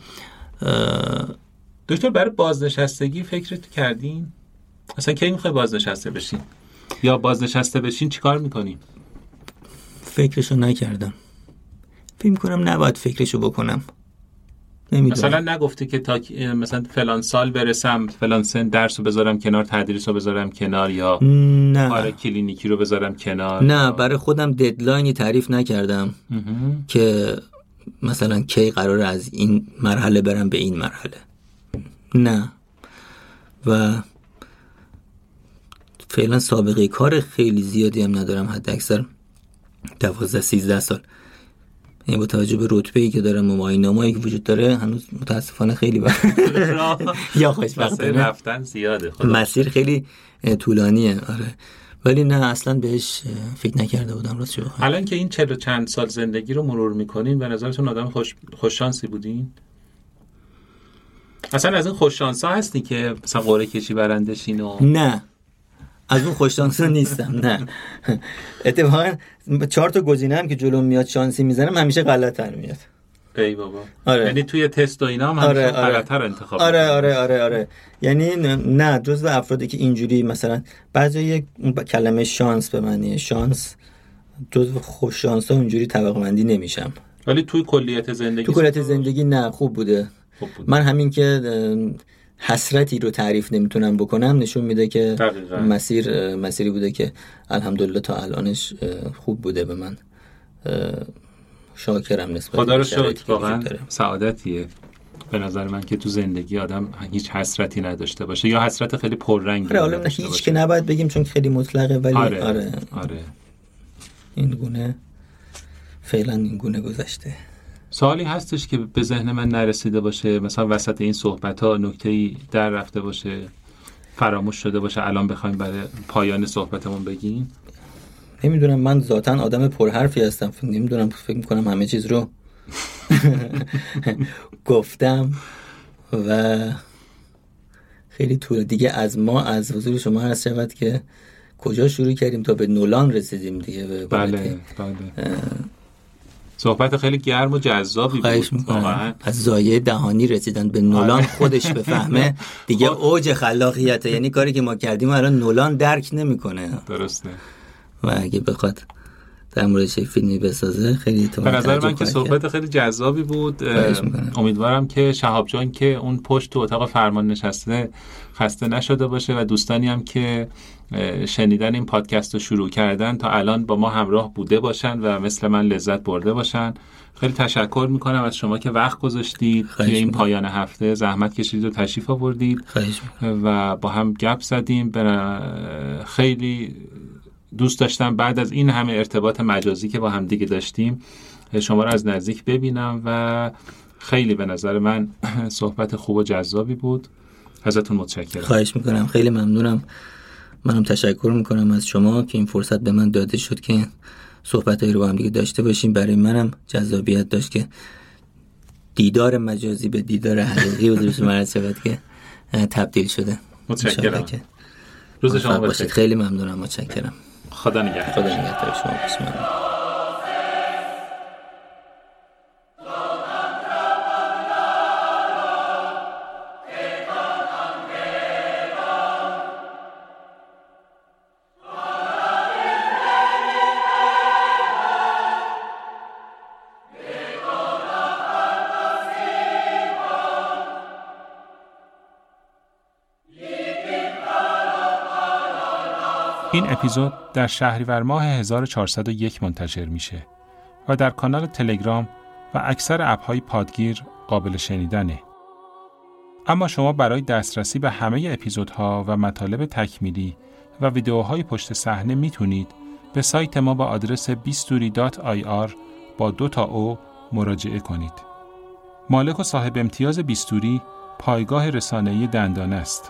دکتر برای بازنشستگی فکرت کردین؟ اصلا کی میخوای بازنشسته بشین؟ یا بازنشسته بشین چیکار میکنی؟ فکرشو نکردم. فکر میکنم نباید فکرشو بکنم. نمیدونم. مثلا نگفتی که تا مثلا فلان سال برسم، فلان سن درسو بذارم کنار، تدریسو بذارم کنار، یا نه کار کلینیکی رو بذارم کنار؟ نه برای خودم ددلاینی تعریف نکردم که مثلا کی قراره از این مرحله برم به این مرحله. نه و فعلا سابقه کار خیلی زیادی هم ندارم، حد اکثر 12-13 سال. یعنی با توجه به رتبه‌ای که داره، معاینه‌ای که وجود داره، هنوز متاسفانه خیلی یا خوشبختانه رفتن زیاده، مسیر خیلی طولانیه. آره ولی نه اصلا بهش فکر نکرده بودم راستش بخوام. الان که این 40 و چند سال زندگی رو مرور میکنین به نظرتون آدم خوش شانسی بودین؟ اصلا از این خوش شانسا هستی که مثلا قرعه کشی برندشین و نه از اون خوش شانسا نیستم. نه اتفاقا 4 تا گزینه هم که جلوم میاد شانسی میزنم همیشه غلط‌تر میاد. ای بابا. آره. یعنی توی تست و اینا هم همیشه غلط‌تر انتخاب آره. یعنی نه جزو افرادی که اینجوری مثلا بعضی کلمه شانس به معنی شانس جزو خوش شانسا اونجوری طبقه بندی نمیشم. ولی توی کلیت زندگی نه خوب بوده. من همین که حسرتی رو تعریف نمیتونم بکنم نشون میده که مسیری بوده که الحمدلله تا الانش خوب بوده. به من شاکرم نسبت خدا رو شکر. واقعا سعادتیه به نظر من که تو زندگی آدم هیچ حسرتی نداشته باشه یا حسرت خیلی پررنگی حالا هیچ باشه. که نباید بگیم چون خیلی مطلقه ولی آره. این گونه فعلا این گونه گذشته. سوالی هستش که به ذهن من نرسیده باشه، مثلا وسط این صحبت‌ها نکته‌ای در رفته باشه، فراموش شده باشه، الان بخوایم برای پایان صحبتمون بگیم؟ نمیدونم، من ذاتاً آدم پرحرفی هستم، نمیدونم، فکر می‌کنم همه چیز رو گفتم و خیلی طول دیگه از حضور شما عرض شود که کجا شروع کردیم تا به نولان رسیدیم دیگه. بله. صحبت خیلی گرم و جذابی بود واقعا. از زایه دهانی رسیدن به نولان خودش بفهمه دیگه اوج خلاقیته. یعنی کاری که ما کردیم الان نولان درک نمیکنه. درسته. و اگه بخواد در موردش فیلمی بسازه خیلی به نظر من که صحبت خیلی جذابی بود. امیدوارم که شهاب جان که اون پشت تو اتاق فرمان نشسته خسته نشده باشه و دوستانی هم که شنیدن این پادکست رو شروع کردن تا الان با ما همراه بوده باشن و مثل من لذت برده باشن. خیلی تشکر میکنم از شما که وقت گذاشتید توی این پایان هفته، زحمت کشیدید و تشریف آوردید و با هم گپ زدیم. خیلی دوست داشتم بعد از این همه ارتباط مجازی که با هم دیگه داشتیم شما رو از نزدیک ببینم و خیلی به نظر من صحبت خوب و جذابی بود. ازتون متشکرم. خواهش میکنم، خیلی ممنونم. منم تشکر میکنم از شما که این فرصت به من داده شد که صحبتایی رو با هم دیگه داشته باشیم. برای منم جذابیت داشت که دیدار مجازی به دیدار حقیقی حضور شما عرض شود که تبدیل شده. متشکرم. روز شما بخیر. خیلی ممنونم. متشکرم. خدا نگهدار. خدا نگهدار شما. بسم الله. این اپیزود در شهریور ماه 1401 منتشر میشه و در کانال تلگرام و اکثر اپ‌های پادگیر قابل شنیدنه. اما شما برای دسترسی به همه اپیزودها و مطالب تکمیلی و ویدیوهای پشت صحنه میتونید به سایت ما با آدرس bisturi.ir با 2 تا او مراجعه کنید. مالک و صاحب امتیاز بیستوری پایگاه رسانه‌ای دندانه است.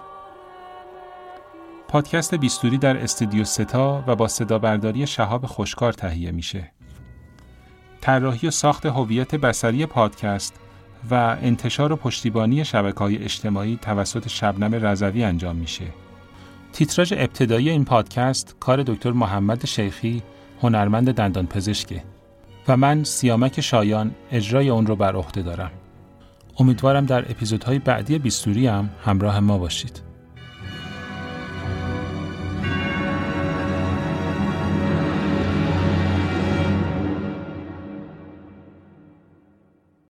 پادکست بیستوری در استودیو ستا و با صدابرداری شهاب خوشکار تهیه میشه. طراحی و ساخت هویت بصری پادکست و انتشار و پشتیبانی شبکه‌های اجتماعی توسط شبنم رضوی انجام میشه. تیتراژ ابتدایی این پادکست کار دکتر محمد شیخی، هنرمند دندان پزشکه و من سیامک شایان اجرای اون رو بر عهده دارم. امیدوارم در اپیزودهای بعدی بیستوری هم همراه ما باشید.